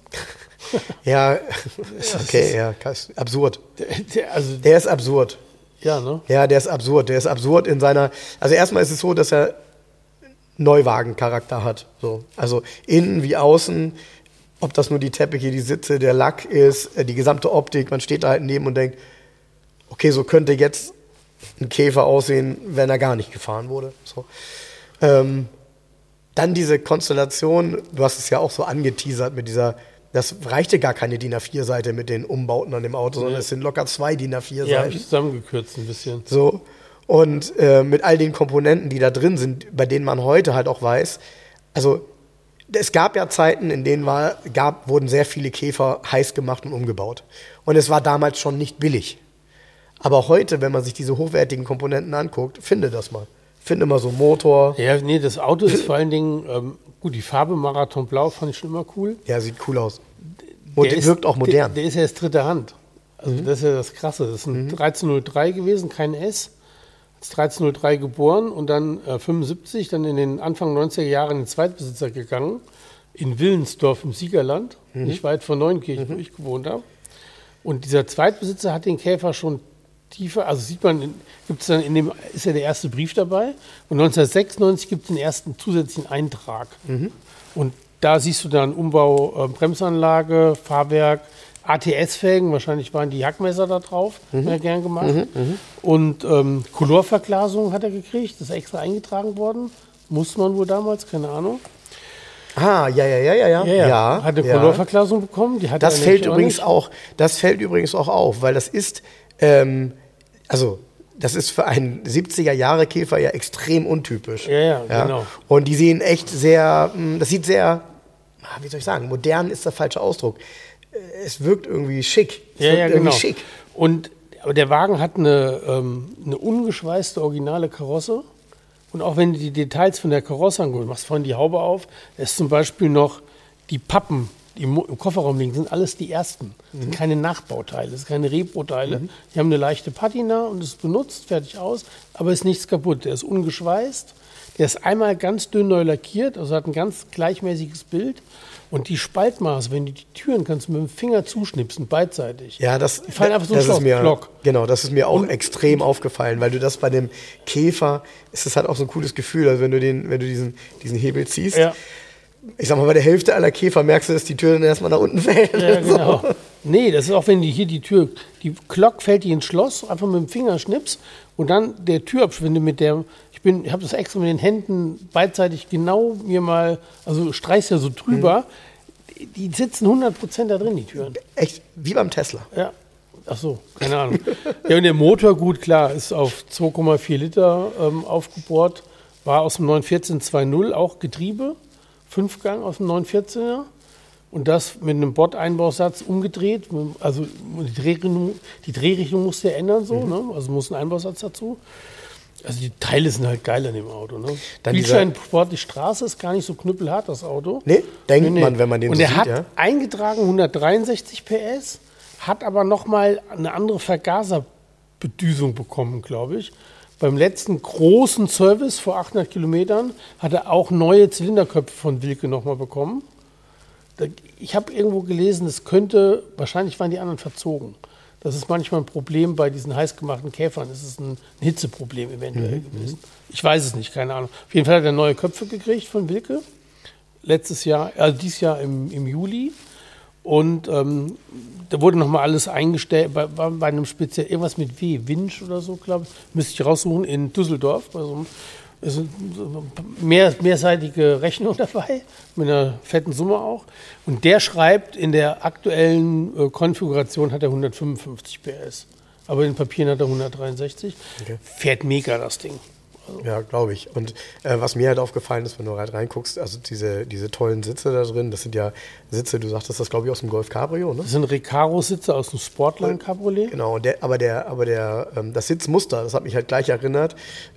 Ja, okay, ja, absurd. Der ist absurd. Ja, ne? Ja, der ist absurd. Der ist absurd in seiner. Also erstmal ist es so, dass er Neuwagen-Charakter hat. So. Also innen wie außen, ob das nur die Teppiche, die Sitze, der Lack ist, die gesamte Optik, man steht da halt neben und denkt, okay, so könnte jetzt ein Käfer aussehen, wenn er gar nicht gefahren wurde. So. Dann diese Konstellation, du hast es ja auch so angeteasert mit dieser. Das reichte gar keine DIN A4-Seite mit den Umbauten an dem Auto, sondern es sind locker 2 DIN A4-Seiten. Ja, habe ich zusammengekürzt ein bisschen. So. Und mit all den Komponenten, die da drin sind, bei denen man heute halt auch weiß, also es gab ja Zeiten, in denen wurden sehr viele Käfer heiß gemacht und umgebaut. Und es war damals schon nicht billig. Aber heute, wenn man sich diese hochwertigen Komponenten anguckt, finde das mal. Finde mal so einen Motor. Ja, nee, das Auto ist vor allen Dingen, gut, die Farbe Marathon Blau fand ich schon immer cool. Ja, sieht cool aus. Und wirkt auch modern. Der ist ja jetzt dritte Hand. Also das ist ja das Krasse. Das ist ein 1303 gewesen, kein S. Ist 1303 geboren und dann 75, dann in den Anfang 90er Jahren in den Zweitbesitzer gegangen. In Willensdorf im Siegerland, nicht weit von Neunkirchen, wo ich gewohnt habe. Und dieser Zweitbesitzer hat den Käfer schon tiefer, also sieht man, ist ja der erste Brief dabei. Und 1996 gibt es den ersten zusätzlichen Eintrag. Und da siehst du dann Umbau, Bremsanlage, Fahrwerk, ATS-Felgen, wahrscheinlich waren die Hackmesser da drauf, hat er gern gemacht. Und Colorverglasung hat er gekriegt, das ist extra eingetragen worden. Musste man wohl damals, keine Ahnung. Ah, ja. Hat eine Colorverglasung bekommen. Die hat das fällt übrigens auch auf, weil das ist, das ist für einen 70er-Jahre-Käfer ja extrem untypisch. Ja, genau. Und die sehen echt sehr, das sieht sehr, wie soll ich sagen, modern ist der falsche Ausdruck. Es wirkt irgendwie schick. Genau. Schick. Aber der Wagen hat eine ungeschweißte, originale Karosse. Und auch wenn du die Details von der Karosse anguckst, machst vorhin die Haube auf, da ist zum Beispiel noch die Pappen, die im Kofferraum liegen, sind alles die ersten. Das sind keine Nachbauteile, das sind keine Repro-Teile. Die haben eine leichte Patina und ist benutzt, fertig aus, aber ist nichts kaputt. Der ist ungeschweißt, der ist einmal ganz dünn neu lackiert, also hat ein ganz gleichmäßiges Bild. Und die Spaltmaße, wenn du die Türen kannst du mit dem Finger zuschnipsen, beidseitig. Ja, die fallen einfach so ein Block. Genau, das ist mir auch extrem aufgefallen, weil du das bei dem Käfer, ist das halt auch so ein cooles Gefühl, also wenn du diesen Hebel ziehst. Ja. Ich sag mal, bei der Hälfte aller Käfer merkst du, dass die Tür dann erstmal nach unten fällt. Ja, genau. Nee, das ist auch, wenn die Tür, die Glock fällt die ins Schloss, einfach mit dem Fingerschnips und dann der Türabschwinde mit der, ich habe das extra mit den Händen beidseitig genau mir mal, also streichst ja so drüber, die sitzen 100% da drin, die Türen. Echt, wie beim Tesla. Ja, ach so, keine Ahnung. Ja, und der Motor, gut, klar, ist auf 2,4 Liter aufgebohrt, war aus dem 914 2.0 auch Getriebe, 5-Gang aus dem 914er. Und das mit einem Bord-Einbausatz umgedreht. Also die Drehrichtung musste ja ändern, so, ne? Also muss ein Einbausatz dazu. Also die Teile sind halt geil an dem Auto. Ne? Spielschein Sport, die Straße ist gar nicht so knüppelhart, das Auto. Nee, denkt man, wenn man den und so sieht. Und er hat eingetragen 163 PS, hat aber nochmal eine andere Vergaserbedüsung bekommen, glaube ich. Beim letzten großen Service vor 800 Kilometern hat er auch neue Zylinderköpfe von Wilke nochmal bekommen. Ich habe irgendwo gelesen, wahrscheinlich waren die anderen verzogen. Das ist manchmal ein Problem bei diesen heißgemachten Käfern. Es ist ein Hitzeproblem eventuell gewesen. Ich weiß es nicht, keine Ahnung. Auf jeden Fall hat er neue Köpfe gekriegt von Wilke. Dieses Jahr im Juli. Und da wurde nochmal alles eingestellt, bei einem speziell, irgendwas mit W, Winch oder so, glaube ich. Müsste ich raussuchen, in Düsseldorf, bei so einem. Es ist eine mehrseitige Rechnung dabei, mit einer fetten Summe auch. Und der schreibt, in der aktuellen Konfiguration hat er 155 PS. Aber in den Papieren hat er 163. Okay. Fährt mega das Ding. Also. Ja, glaube ich. Und was mir halt aufgefallen ist, wenn du halt reinguckst, also diese tollen Sitze da drin, das sind ja Sitze, du sagtest das, glaube ich, aus dem Golf Cabrio, ne? Das sind Recaro-Sitze aus dem Sportline Cabriolet. Genau, das Sitzmuster, das hat mich halt gleich erinnert,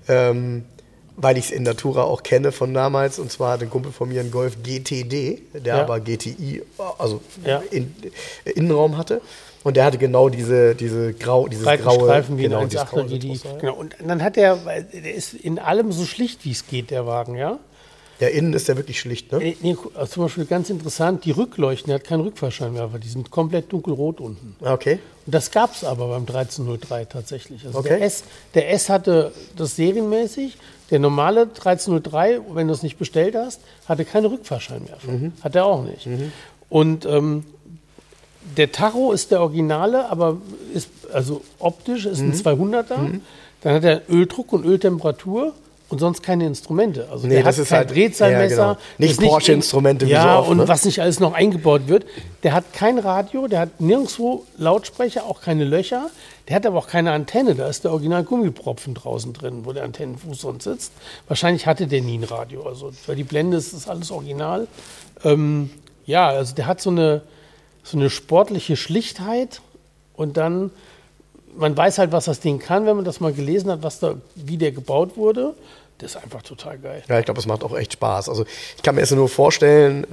weil ich es in Natura auch kenne von damals, und zwar hat ein Kumpel von mir einen Golf GTD, der aber GTI, also Innenraum hatte. Und der hatte genau dieses graue Streifen wie genau, ein 1.8er GTI. Genau. Und dann hat der ist in allem so schlicht, wie es geht, der Wagen, ja? Ja, innen ist der wirklich schlicht, ne? Nee, also zum Beispiel ganz interessant, die Rückleuchten, der hat keinen Rückfahrscheinwerfer, die sind komplett dunkelrot unten. Okay. Und das gab es aber beim 1303 tatsächlich. Also okay. Der S hatte das serienmäßig, der normale 1303, wenn du es nicht bestellt hast, hatte keine Rückfahrscheinwerfer. Hat er auch nicht. Und der Tacho ist der Originale, aber ist also optisch ist ein 200er. Dann hat er Öldruck und Öltemperatur. Und sonst keine Instrumente. Also der hat kein Drehzahlmesser. Ja, genau. Nicht Porsche-Instrumente wie so oft. Und was nicht alles noch eingebaut wird. Der hat kein Radio, der hat nirgendwo Lautsprecher, auch keine Löcher. Der hat aber auch keine Antenne. Da ist der Original Gummipropfen draußen drin, wo der Antennenfuß sonst sitzt. Wahrscheinlich hatte der nie ein Radio. Also, weil die Blende ist alles original. Also der hat so eine sportliche Schlichtheit. Und dann, man weiß halt, was das Ding kann, wenn man das mal gelesen hat, wie der gebaut wurde. Das ist einfach total geil. Ja, ich glaube, es macht auch echt Spaß. Also ich kann mir das nur vorstellen,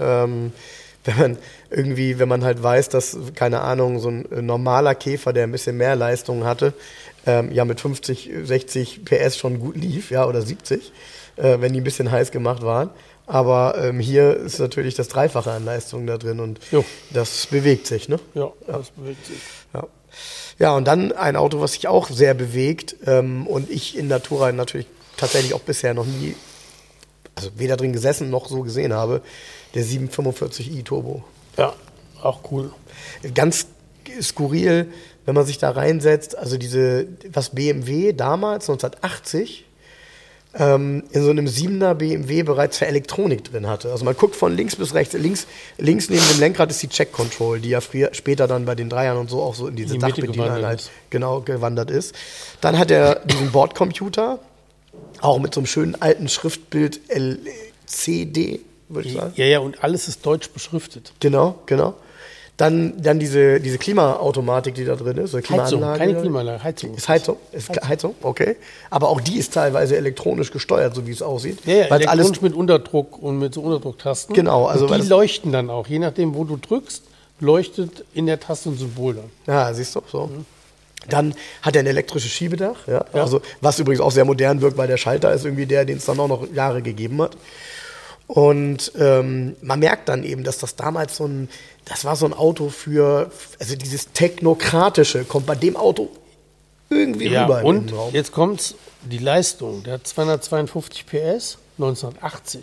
wenn man halt weiß, dass, keine Ahnung, so ein normaler Käfer, der ein bisschen mehr Leistung hatte, mit 50, 60 PS schon gut lief, ja, oder 70, wenn die ein bisschen heiß gemacht waren. Aber hier ist natürlich das Dreifache an Leistung da drin und das bewegt sich, ne? Ja, das bewegt sich. Ja, und dann ein Auto, was sich auch sehr bewegt und ich in Natura natürlich tatsächlich auch bisher noch nie, also weder drin gesessen noch so gesehen habe, der 745i Turbo. Ja, auch cool. Ganz skurril, wenn man sich da reinsetzt, also was BMW damals, 1980, in so einem 7er BMW bereits für Elektronik drin hatte. Also man guckt von links bis rechts. Links neben dem Lenkrad ist die Check Control, die ja später dann bei den Dreiern und so auch so in diese Dachbedieneinheit gewandert ist. Dann hat er diesen Bordcomputer, auch mit so einem schönen alten Schriftbild LCD, würde ich sagen. Ja, und alles ist deutsch beschriftet. Genau. Dann diese Klimaautomatik, die da drin ist. Klimaanlage. Keine Klimaanlage, Heizung. Ist Heizung? Heizung, okay. Aber auch die ist teilweise elektronisch gesteuert, so wie es aussieht. Ja, elektronisch mit Unterdruck und mit so Unterdrucktasten. Genau. Also und die leuchten dann auch. Je nachdem, wo du drückst, leuchtet in der Taste ein Symbol dann. Ja, siehst du, so. Dann hat er ein elektrisches Schiebedach, also was übrigens auch sehr modern wirkt, weil der Schalter ist irgendwie den es dann auch noch Jahre gegeben hat. Und man merkt dann eben, dass das damals das war so ein Auto also dieses Technokratische, kommt bei dem Auto irgendwie rüber. Und jetzt kommt's, die Leistung, der hat 252 PS, 1980.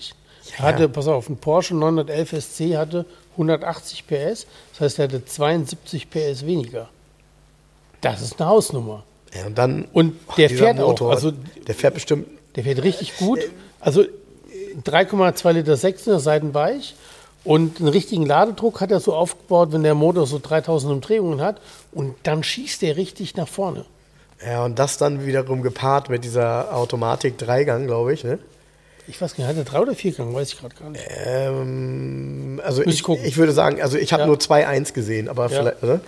Pass auf, ein Porsche 911 SC hatte 180 PS, das heißt, er hatte 72 PS weniger. Das ist eine Hausnummer. Ja, und dann. Der fährt Motor, auch. Also, der fährt bestimmt. Der fährt richtig gut. Also 3,2 Liter 6 seitenweich. Und einen richtigen Ladedruck hat er so aufgebaut, wenn der Motor so 3000 Umdrehungen hat. Und dann schießt der richtig nach vorne. Ja, und das dann wiederum gepaart mit dieser Automatik Dreigang, glaube ich, ne? Ich weiß gar nicht, hat er 3 oder 4 Gang? Weiß ich gerade gar nicht. Also ich würde sagen, also ich habe nur 2.1 gesehen, aber vielleicht, ne?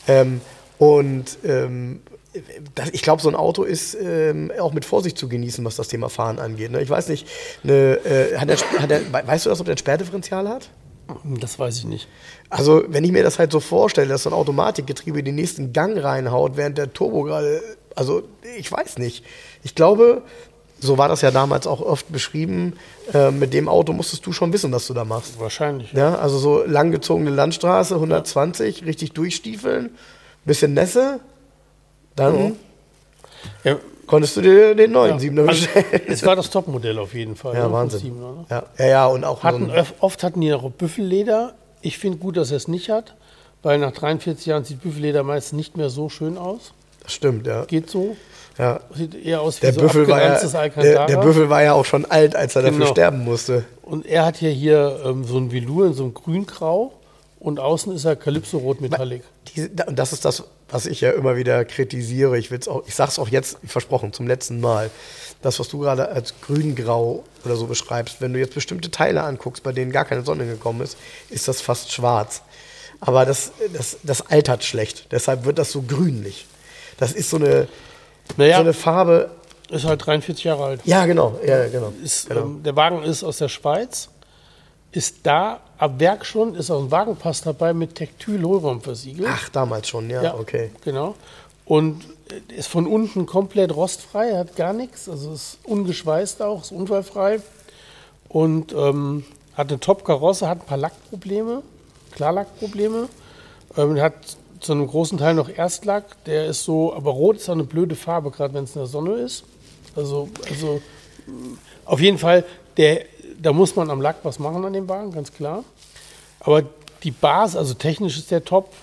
Ich glaube, so ein Auto ist auch mit Vorsicht zu genießen, was das Thema Fahren angeht. Ne? Ich weiß nicht, weißt du das, ob der ein Sperrdifferential hat? Das weiß ich nicht. Also, wenn ich mir das halt so vorstelle, dass so ein Automatikgetriebe den nächsten Gang reinhaut, während der Turbo gerade, also ich weiß nicht. Ich glaube, so war das ja damals auch oft beschrieben, mit dem Auto musstest du schon wissen, was du da machst. Wahrscheinlich. Ja, also so langgezogene Landstraße, 120, richtig durchstiefeln, bisschen Nässe, dann konntest du dir den neuen 7er bestellen. Es war das Topmodell auf jeden Fall. Ja, ne? Wahnsinn. 7er, ne? Ja, und auch oft hatten die auch Büffelleder. Ich finde gut, dass er es nicht hat, weil nach 43 Jahren sieht Büffelleder meistens nicht mehr so schön aus. Das stimmt, ja. Geht so. Ja. Sieht eher aus wie der so Büffel abgeranztes Alcantara. Der Büffel war ja auch schon alt, als er dafür sterben musste. Und er hat ja hier so ein Velour in so einem Grüngrau und außen ist er Calypso-Rot Metallic. Und das ist das, was ich ja immer wieder kritisiere. Ich sage es auch jetzt, versprochen, zum letzten Mal. Das, was du gerade als grün-grau oder so beschreibst, wenn du jetzt bestimmte Teile anguckst, bei denen gar keine Sonne gekommen ist, ist das fast schwarz. Aber das altert schlecht. Deshalb wird das so grünlich. Das ist so eine Farbe. Ist halt 43 Jahre alt. Ja, genau. Der Wagen ist aus der Schweiz. Ist da ab Werk schon, ist auch ein Wagenpass dabei mit Tektyl-Hohlraum versiegelt. Ach, damals schon, ja, okay. Genau. Und ist von unten komplett rostfrei, hat gar nichts, also ist ungeschweißt auch, ist unfallfrei. Und hat eine Top-Karosse, hat ein paar Lackprobleme, Klarlackprobleme. Hat zu einem großen Teil noch Erstlack, der ist so, aber rot ist auch eine blöde Farbe, gerade wenn es in der Sonne ist. Also auf jeden Fall, da muss man am Lack was machen an dem Wagen, ganz klar. Aber die Basis, also technisch ist der top.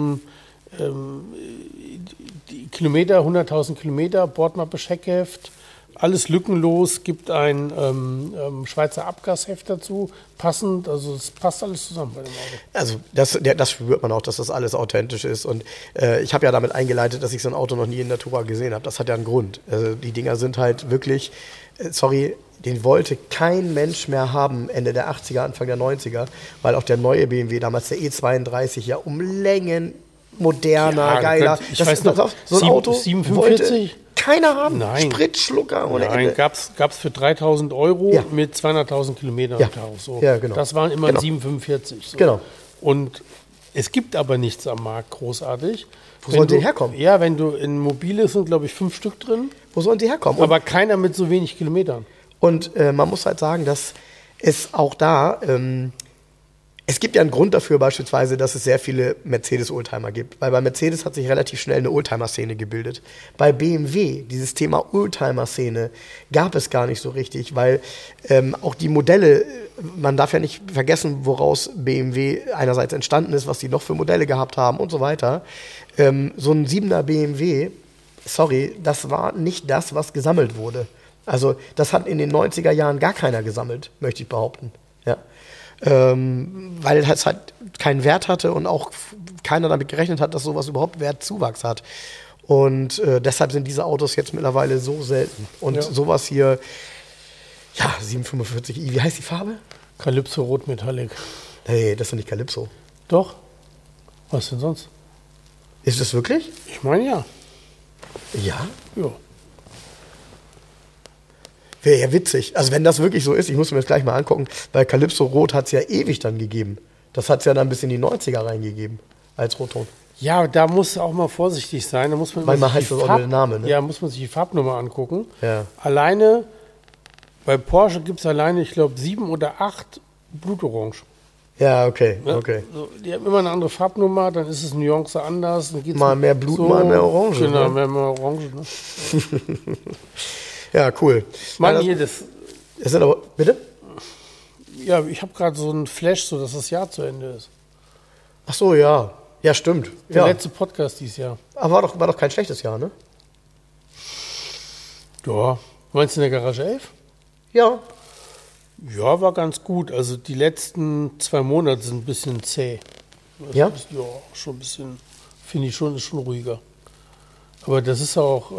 Die Kilometer, 100.000 Kilometer, Bordmappe, Scheckheft, alles lückenlos, gibt ein Schweizer Abgasheft dazu, passend, also es passt alles zusammen bei dem Auto. Also das spürt man auch, dass das alles authentisch ist und ich habe ja damit eingeleitet, dass ich so ein Auto noch nie in Natura gesehen habe. Das hat ja einen Grund. Also die Dinger sind halt wirklich, den wollte kein Mensch mehr haben Ende der 80er, Anfang der 90er, weil auch der neue BMW, damals der E32, ja um Längen moderner, geiler. Ich weiß noch, so ein Auto 47? Keiner haben. Nein. Spritschlucker ohne Ende. Nein, gab's für 3.000 € mit 200.000 Kilometern am Tag. So. Ja, genau. Das waren immer 745. So. Genau. Und es gibt aber nichts am Markt großartig. Wo sollen die herkommen? Ja, wenn du in Mobile sind, glaube ich, 5 Stück drin. Wo sollen die herkommen? Aber keiner mit so wenig Kilometern. Und man muss halt sagen, dass es auch da, es gibt ja einen Grund dafür beispielsweise, dass es sehr viele Mercedes-Oldtimer gibt. Weil bei Mercedes hat sich relativ schnell eine Oldtimer-Szene gebildet. Bei BMW, dieses Thema Oldtimer-Szene, gab es gar nicht so richtig, weil auch die Modelle, man darf ja nicht vergessen, woraus BMW einerseits entstanden ist, was die noch für Modelle gehabt haben und so weiter. So ein 7er BMW, das war nicht das, was gesammelt wurde. Also das hat in den 90er Jahren gar keiner gesammelt, möchte ich behaupten. Ja. Weil es halt keinen Wert hatte und auch keiner damit gerechnet hat, dass sowas überhaupt Wertzuwachs hat. Und deshalb sind diese Autos jetzt mittlerweile so selten. Und sowas hier, 745i, wie heißt die Farbe? Calypso Rot Metallic. Nee, das ist doch nicht Calypso. Doch. Was denn sonst? Ist das wirklich? Ich meine ja. Ja? Ja. Wäre ja witzig. Also wenn das wirklich so ist, ich muss mir das gleich mal angucken, weil Calypso Rot hat es ja ewig dann gegeben. Das hat es ja dann bis in die 90er reingegeben als Rotton. Ja, da muss auch mal vorsichtig sein. Da muss man manchmal heißt das auch nur der Name, ne? Ja, muss man sich die Farbnummer angucken. Ja. Alleine, bei Porsche gibt es alleine, ich glaube, 7 oder 8 Blutorange. Ja, okay, Ne? okay. So, die haben immer eine andere Farbnummer, dann ist es Nuance anders. Dann geht's mal mehr Blut, mal mehr Orange. Genau, ne? mehr Orange. Ne? Ja, cool. Mann, hier das. Es sind aber, bitte? Ja, ich habe gerade so einen Flash, so dass das Jahr zu Ende ist. Ach so, ja. Ja, stimmt. Der Ja. letzte Podcast dieses Jahr. Aber war doch kein schlechtes Jahr, ne? Ja. Meinst du in der Garage 11? Ja. Ja, war ganz gut. Also die letzten 2 Monate sind ein bisschen zäh. Ja? Ja, schon ein bisschen, finde ich schon, ist schon ruhiger. Aber das ist auch,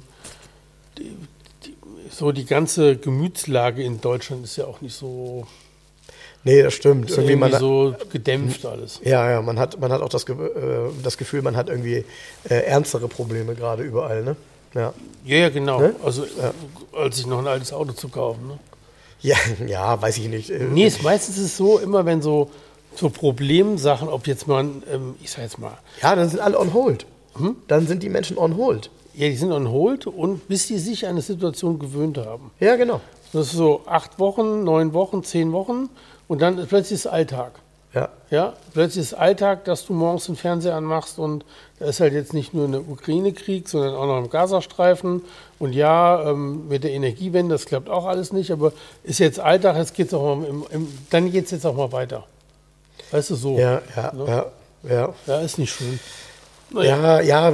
so die ganze Gemütslage in Deutschland ist ja auch nicht so, Nee, das stimmt. ist ja irgendwie so gedämpft alles. Ja, man hat auch das Gefühl, man hat irgendwie ernstere Probleme gerade überall, ne? Ja. Ja, genau. Ne? Also als ich noch ein altes Auto zu kaufen. Ne? Ja, weiß ich nicht. Nee, meistens ist es so, immer wenn so Problemsachen, ob jetzt mal, ich sag jetzt mal, Ja, dann sind alle on hold. Dann sind die Menschen on hold. ja, die sind on hold und bis die sich an eine Situation gewöhnt haben. Ja, genau. Das ist so 8 Wochen, 9 Wochen, 10 Wochen und dann plötzlich ist Alltag. Ja. Ja, plötzlich ist Alltag, dass du morgens den Fernseher anmachst und da ist halt jetzt nicht nur ein Ukraine-Krieg, sondern auch noch im Gazastreifen. Und ja, mit der Energiewende, das klappt auch alles nicht, aber ist jetzt Alltag, jetzt geht's auch mal dann geht es jetzt auch mal weiter. Weißt du, so. Ja. Ja, ist nicht schön. Naja. Ja,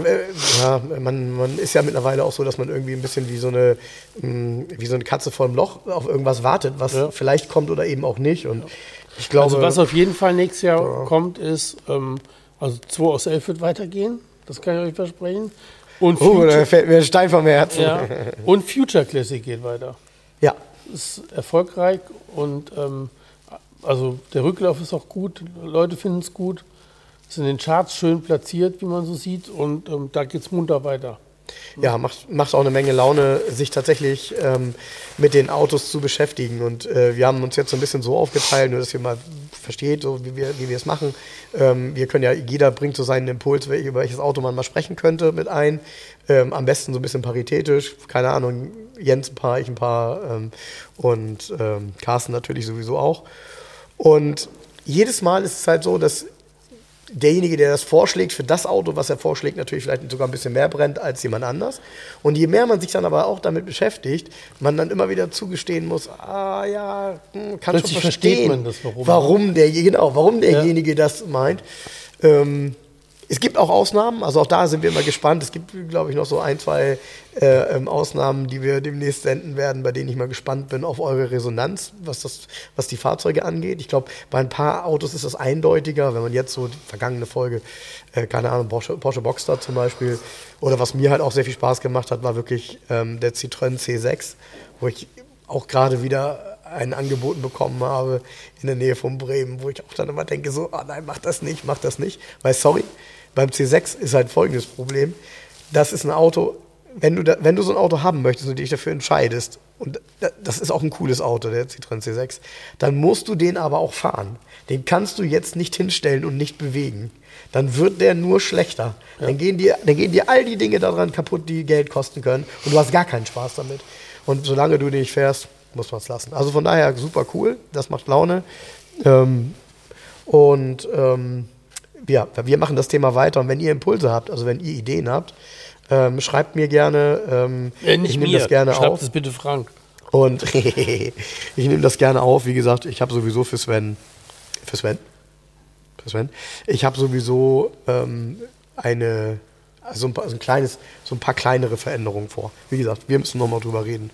man ist ja mittlerweile auch so, dass man irgendwie ein bisschen wie so eine Katze vor dem Loch auf irgendwas wartet, was vielleicht kommt oder eben auch nicht. Und ich glaube, Also was auf jeden Fall nächstes Jahr kommt, ist, also 2 aus 11 wird weitergehen, das kann ich euch versprechen. Und da fällt mir ein Stein vom Herzen. ja, und Future Classic geht weiter. Ja. Ist erfolgreich und also der Rücklauf ist auch gut, Leute finden es gut, ist in den Charts schön platziert, wie man so sieht und da geht es munter weiter. Ja, macht auch eine Menge Laune, sich tatsächlich mit den Autos zu beschäftigen. Und wir haben uns jetzt so ein bisschen so aufgeteilt, nur dass ihr mal versteht, so wie wir es machen. Wir können ja, jeder bringt so seinen Impuls, über welches Auto man mal sprechen könnte mit ein. Am besten so ein bisschen paritätisch, keine Ahnung, Jens ein paar, ich ein paar und Carsten natürlich sowieso auch. Und jedes Mal ist es halt so, dass derjenige, der das vorschlägt, für das Auto, was er vorschlägt, natürlich vielleicht sogar ein bisschen mehr brennt als jemand anders. Und je mehr man sich dann aber auch damit beschäftigt, man dann immer wieder zugestehen muss, kann Plötzlich schon versteht verstehen, man das, warum derjenige das meint. Es gibt auch Ausnahmen, also auch da sind wir immer gespannt. Es gibt, glaube ich, noch so 1, 2 Ausnahmen, die wir demnächst senden werden, bei denen ich mal gespannt bin auf eure Resonanz, was die Fahrzeuge angeht. Ich glaube, bei ein paar Autos ist das eindeutiger, wenn man jetzt so die vergangene Folge, keine Ahnung, Porsche Boxster zum Beispiel, oder was mir halt auch sehr viel Spaß gemacht hat, war wirklich der Citroën C6, wo ich auch gerade wieder ein Angeboten bekommen habe in der Nähe von Bremen, wo ich auch dann immer denke, so, nein, mach das nicht. Weil, sorry, beim C6 ist halt folgendes Problem. Das ist ein Auto, wenn du so ein Auto haben möchtest und dich dafür entscheidest, und das ist auch ein cooles Auto, der Citroën C6, dann musst du den aber auch fahren. Den kannst du jetzt nicht hinstellen und nicht bewegen. Dann wird der nur schlechter. Ja. Dann gehen dir all die Dinge daran kaputt, die Geld kosten können, und du hast gar keinen Spaß damit. Und solange du den nicht fährst, muss man es lassen. Also von daher super cool, das macht Laune. Wir machen das Thema weiter, und wenn ihr Impulse habt, also wenn ihr Ideen habt, schreibt mir gerne. Ich nehme das gerne auf. Schreibt es bitte Frank. Und ich nehme das gerne auf. Wie gesagt, ich habe sowieso für Sven, ich habe sowieso ein paar kleinere Veränderungen vor. Wie gesagt, wir müssen nochmal drüber reden.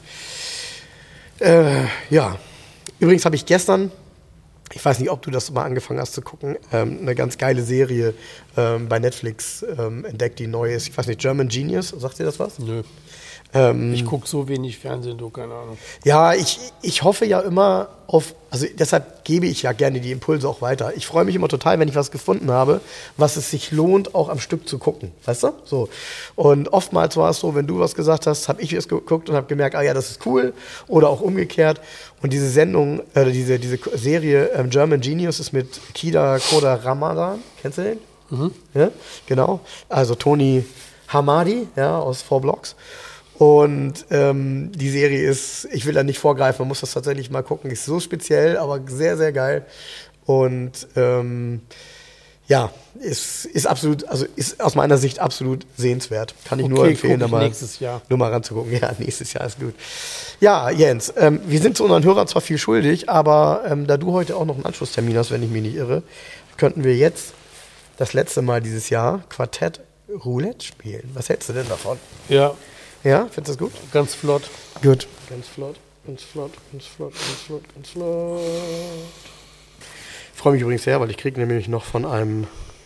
Übrigens habe ich gestern, ich weiß nicht, ob du das mal angefangen hast zu gucken, eine ganz geile Serie bei Netflix entdeckt, die neu ist. Ich weiß nicht, German Genius, sagt dir das was? Nö. Ich gucke so wenig Fernsehen, du, keine Ahnung. Ja, ich hoffe ja immer auf, also deshalb gebe ich ja gerne die Impulse auch weiter. Ich freue mich immer total, wenn ich was gefunden habe, was es sich lohnt, auch am Stück zu gucken, weißt du? So. Und oftmals war es so, wenn du was gesagt hast, habe ich es geguckt und habe gemerkt, das ist cool, oder auch umgekehrt. Und diese Sendung, diese Serie German Genius ist mit Kida Koda Ramadan, kennst du den? Mhm. Ja, genau. Also Tony Hamadi, ja, aus 4 Blocks. Und die Serie ist, ich will da nicht vorgreifen, man muss das tatsächlich mal gucken, ist so speziell, aber sehr, sehr geil. Und Ja, ist absolut, also ist aus meiner Sicht absolut sehenswert. Kann ich nur empfehlen, da mal nächstes Jahr. nur mal ranzugucken. Ja, nächstes Jahr ist gut. Ja, Jens, wir sind zu unseren Hörern zwar viel schuldig, aber da du heute auch noch einen Anschlusstermin hast, wenn ich mich nicht irre, könnten wir jetzt das letzte Mal dieses Jahr Quartett Roulette spielen. Was hältst du denn davon? Ja. Ja, findest du das gut? Ganz flott. Gut. Ganz flott, ganz flott, ganz flott, ganz flott, ganz flott. Ich freue mich übrigens sehr, weil ich kriege nämlich noch von einem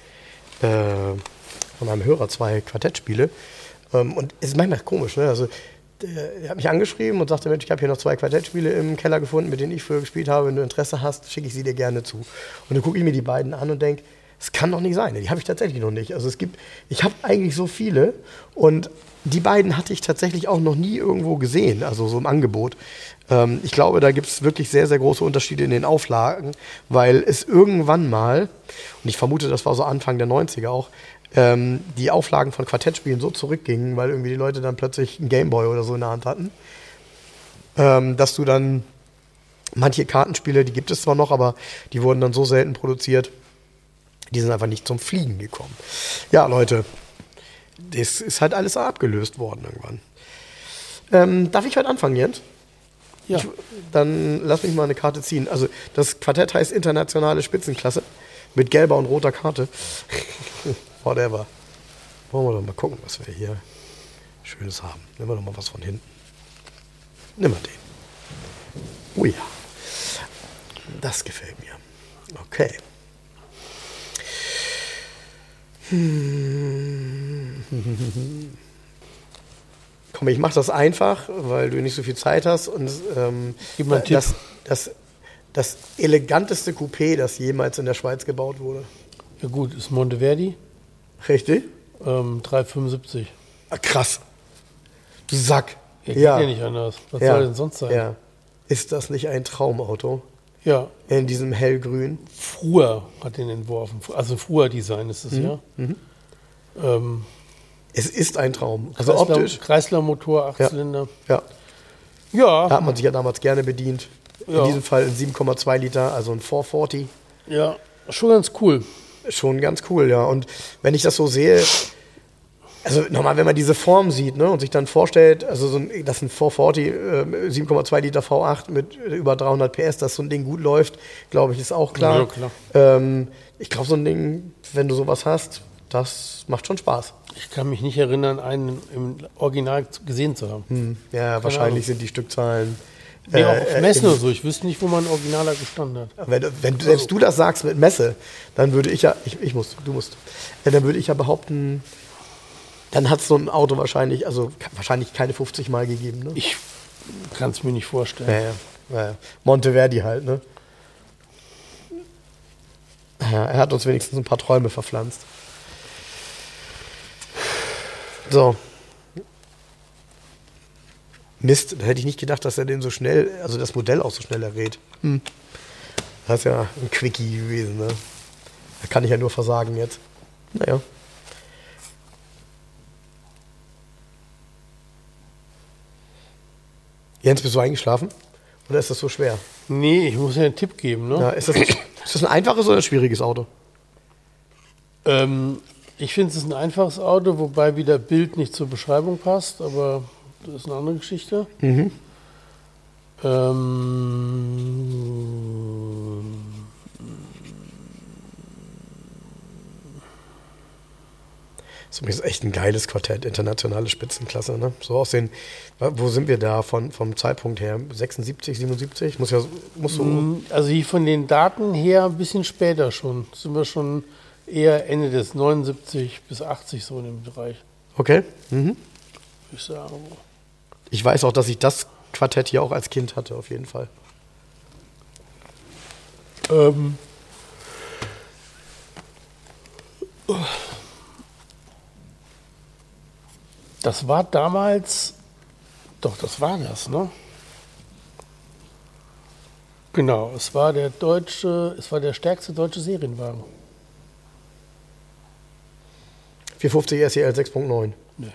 Hörer 2 Quartettspiele. Und es ist manchmal komisch, ne? Also, der hat mich angeschrieben und sagte, Mensch, ich habe hier noch 2 Quartettspiele im Keller gefunden, mit denen ich früher gespielt habe. Wenn du Interesse hast, schicke ich sie dir gerne zu. Und dann gucke ich mir die beiden an und denke, es kann doch nicht sein. Die habe ich tatsächlich noch nicht. Also ich habe eigentlich so viele und die beiden hatte ich tatsächlich auch noch nie irgendwo gesehen, also so im Angebot. Ich glaube, da gibt es wirklich sehr, sehr große Unterschiede in den Auflagen, weil es irgendwann mal, und ich vermute, das war so Anfang der 90er auch, die Auflagen von Quartettspielen so zurückgingen, weil irgendwie die Leute dann plötzlich einen Gameboy oder so in der Hand hatten, dass du dann manche Kartenspiele, die gibt es zwar noch, aber die wurden dann so selten produziert, die sind einfach nicht zum Fliegen gekommen. Ja, Leute, das ist halt alles abgelöst worden irgendwann. Darf ich heute anfangen, Jens? Ja. Dann lass mich mal eine Karte ziehen. Also das Quartett heißt Internationale Spitzenklasse mit gelber und roter Karte. Whatever. Wollen wir doch mal gucken, was wir hier Schönes haben. Nehmen wir doch mal was von hinten. Nimm mal den. Oh ja. Das gefällt mir. Okay. Komm, ich mache das einfach, weil du nicht so viel Zeit hast. Und Gib mal einen Tipp. Das eleganteste Coupé, das jemals in der Schweiz gebaut wurde. Ja gut, ist Monteverdi. Richtig? 375. Ah, krass. Du Sack. Ja, geht ja nicht anders. Was soll denn sonst sein? Ja. Ist das nicht ein Traumauto? Ja. In diesem hellgrün? Früher hat den entworfen. Also früher Design ist es, ja. Es ist ein Traum. Also optisch. Chrysler-Motor, 8-Zylinder. Ja. Ja. Da hat man sich ja damals gerne bedient. Ja. In diesem Fall ein 7,2 Liter, also ein 440. Ja, schon ganz cool. Schon ganz cool, ja. Und wenn ich das so sehe, also nochmal, wenn man diese Form sieht, ne, und sich dann vorstellt, also dass ein 440, 7,2 Liter V8 mit über 300 PS, dass so ein Ding gut läuft, glaube ich, ist auch klar. Ja, klar. Ich glaube, so ein Ding, wenn du sowas hast, das macht schon Spaß. Ich kann mich nicht erinnern, einen im Original gesehen zu haben. Ja, wahrscheinlich sind die Stückzahlen. Nee, auch auf Messen oder so. Ich wüsste nicht, wo man ein Originaler gestanden hat. Wenn selbst du das sagst mit Messe, dann würde ich ja, du musst, dann würde ich ja behaupten, dann hat es so ein Auto wahrscheinlich keine 50 Mal gegeben. Ne? Ich kann es mir nicht vorstellen. Ja. Monteverdi halt, ne? Ja, er hat uns wenigstens ein paar Träume verpflanzt. So. Mist, da hätte ich nicht gedacht, dass er den so schnell, also das Modell auch so schnell errät. Das ist ja ein Quickie gewesen, ne? Da kann ich ja nur versagen jetzt. Naja. Jens, bist du eingeschlafen? Oder ist das so schwer? Nee, ich muss ja einen Tipp geben, ne? Ja, ist das ein einfaches oder ein schwieriges Auto? Ich finde, es ist ein einfaches Auto, wobei wieder Bild nicht zur Beschreibung passt, aber das ist eine andere Geschichte. Das ist echt ein geiles Quartett, internationale Spitzenklasse. Ne? So aussehen, wo sind wir da vom Zeitpunkt her? 76, 77? Muss so. Also hier von den Daten her ein bisschen später schon. Sind wir schon eher Ende des 79 bis 80 so in dem Bereich. Okay. Ich sage. Ich weiß auch, dass ich das Quartett hier auch als Kind hatte, auf jeden Fall. Das war damals, doch, das war das, ne? Genau, es war der stärkste deutsche Serienwagen. 450 SEL 6.9. Nee.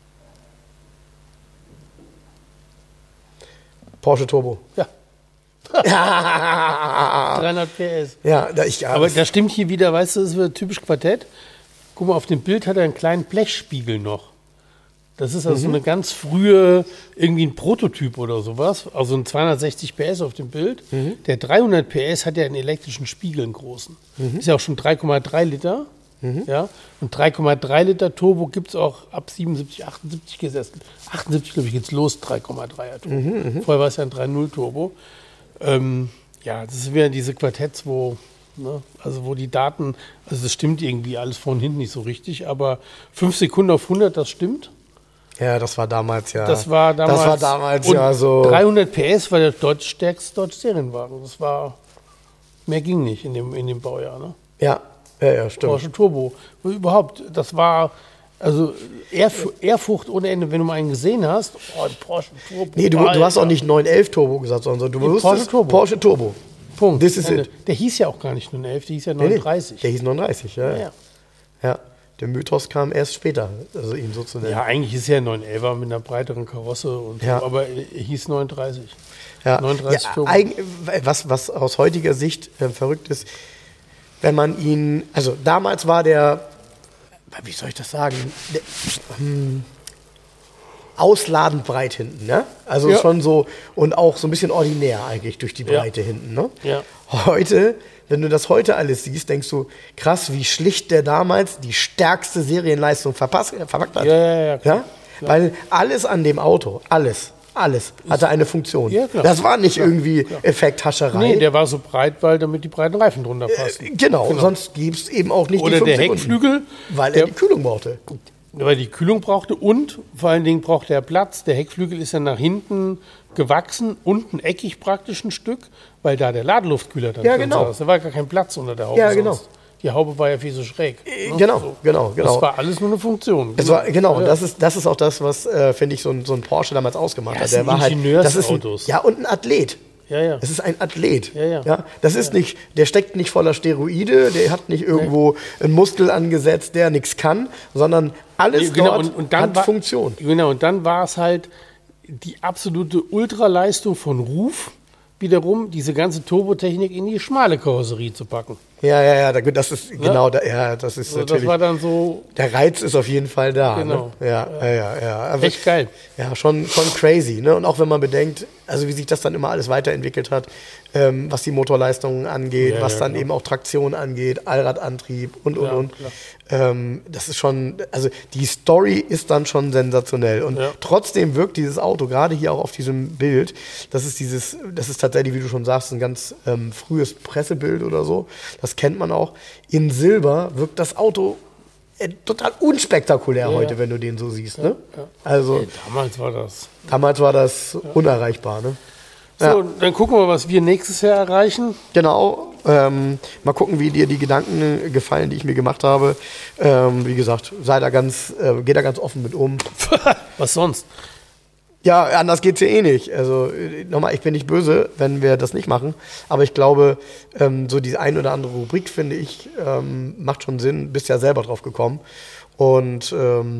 Porsche Turbo. Ja. 300 PS. Ja, aber da stimmt hier wieder, weißt du, das ist typisch Quartett. Guck mal, auf dem Bild hat er einen kleinen Blechspiegel noch. Das ist also so eine ganz frühe, irgendwie ein Prototyp oder sowas. Also ein 260 PS auf dem Bild. Der 300 PS hat ja einen elektrischen Spiegel, einen großen. Ist ja auch schon 3,3 Liter. Ja? Und 3,3 Liter Turbo gibt es auch ab 77, 78 gesessen. 78, glaube ich, geht es los, 3,3er Turbo. Vorher war es ja ein 3.0 Turbo. Ja, das sind wieder diese Quartetts, wo die Daten, also das stimmt irgendwie alles von hinten nicht so richtig, aber 5 Sekunden auf 100, das stimmt. Ja, das war damals ja. Das war damals ja so. 300 PS war der stärkste deutsche Serienwagen. Das war, mehr ging nicht in dem Baujahr. Ne? Ja, stimmt. Porsche Turbo. Und überhaupt, das war, also Ehrfurcht ohne Ende, wenn du mal einen gesehen hast. Oh, Porsche Turbo. Nee, du hast auch nicht 911 Turbo gesagt, sondern du wusstest Porsche Turbo. Punkt. This is it. Der hieß ja auch gar nicht 911, der hieß ja 930. Nee, der hieß 930, ja. Der Mythos kam erst später, also ihn so zu nennen. Ja, eigentlich ist er 911er mit einer breiteren Karosse, und so, aber er hieß 930. Ja. 930 Turbo. Was aus heutiger Sicht verrückt ist, wenn man ihn, also damals war der, wie soll ich das sagen, ausladend breit hinten, ne? Also schon so, und auch so ein bisschen ordinär eigentlich durch die Breite hinten, ne? Ja. Heute, wenn du das heute alles siehst, denkst du, krass, wie schlicht der damals die stärkste Serienleistung verpackt hat. Ja, klar. Weil alles an dem Auto, alles hatte eine Funktion. Ja, klar. Das war nicht irgendwie Effekthascherei. Nee, der war so breit, weil damit die breiten Reifen drunter passen. Genau, sonst gibt es eben auch nicht oder die 5 der Heckflügel. Sekunden, weil er die Kühlung brauchte. Weil die Kühlung brauchte und vor allen Dingen brauchte er Platz. Der Heckflügel ist ja nach hinten gewachsen, unten eckig praktisch ein Stück, weil da der Ladeluftkühler dann drin saß. Da war gar kein Platz unter der Haube. Ja, genau. Sonst. Die Haube war ja viel so schräg. Genau. Das war alles nur eine Funktion. Das ist auch das, was, finde ich, so ein Porsche damals ausgemacht hat. Der war halt, und ein Athlet. Ja. Es ist ein Athlet. Ja. Das ist nicht, der steckt nicht voller Steroide, der hat nicht irgendwo einen Muskel angesetzt, der nichts kann, sondern alles dort hat Funktion. Genau, und dann war es halt die absolute Ultraleistung von Ruf, wiederum diese ganze Turbotechnik in die schmale Karosserie zu packen. Ja, das ist genau, das ist also natürlich. Das war dann so. Der Reiz ist auf jeden Fall da. Genau. Ne? Ja. Also, echt geil. Ja, schon crazy. Ne? Und auch wenn man bedenkt, also wie sich das dann immer alles weiterentwickelt hat, was die Motorleistungen angeht, was dann eben auch Traktion angeht, Allradantrieb und. Das ist schon, also die Story ist dann schon sensationell. Und trotzdem wirkt dieses Auto, gerade hier auch auf diesem Bild, das ist tatsächlich, wie du schon sagst, ein ganz frühes Pressebild oder so. Das kennt man auch. In Silber wirkt das Auto total unspektakulär heute, wenn du den so siehst. Ne? Ja. Also, damals war das unerreichbar. Ne? So, dann gucken wir, was wir nächstes Jahr erreichen. Genau. Mal gucken, wie dir die Gedanken gefallen, die ich mir gemacht habe. Wie gesagt, geh da ganz offen mit um. Was sonst? Ja, anders geht's ja eh nicht. Also nochmal, ich bin nicht böse, wenn wir das nicht machen. Aber ich glaube, so die ein oder andere Rubrik, finde ich, macht schon Sinn. Bist ja selber drauf gekommen. Und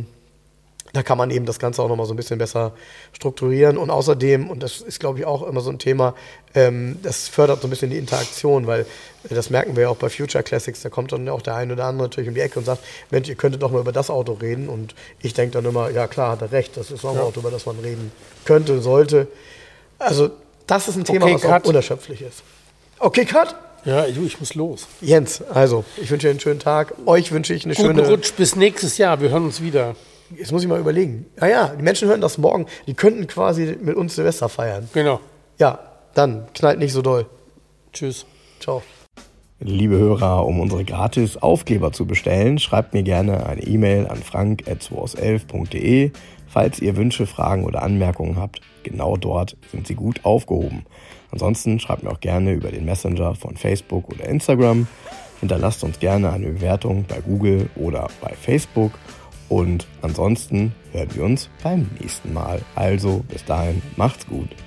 da kann man eben das Ganze auch nochmal so ein bisschen besser strukturieren. Und außerdem, und das ist, glaube ich, auch immer so ein Thema, das fördert so ein bisschen die Interaktion, weil das merken wir ja auch bei Future Classics, da kommt dann auch der eine oder andere natürlich um die Ecke und sagt, Mensch, ihr könntet doch mal über das Auto reden. Und ich denke dann immer, ja klar, hat er recht, das ist auch ein Auto, über das man reden könnte, sollte. Also das ist ein Thema, was auch unerschöpflich ist. Okay, Cut? Ja, ich muss los. Jens, also, ich wünsche dir einen schönen Tag. Euch wünsche ich eine Guten Rutsch bis nächstes Jahr. Wir hören uns wieder. Jetzt muss ich mal überlegen. Die Menschen hören das morgen. Die könnten quasi mit uns Silvester feiern. Genau. Ja, dann knallt nicht so doll. Tschüss. Ciao. Liebe Hörer, um unsere gratis Aufkleber zu bestellen, schreibt mir gerne eine E-Mail an frank@2aus11.de. Falls ihr Wünsche, Fragen oder Anmerkungen habt, genau dort sind sie gut aufgehoben. Ansonsten schreibt mir auch gerne über den Messenger von Facebook oder Instagram. Hinterlasst uns gerne eine Bewertung bei Google oder bei Facebook. Und ansonsten hören wir uns beim nächsten Mal. Also bis dahin, macht's gut.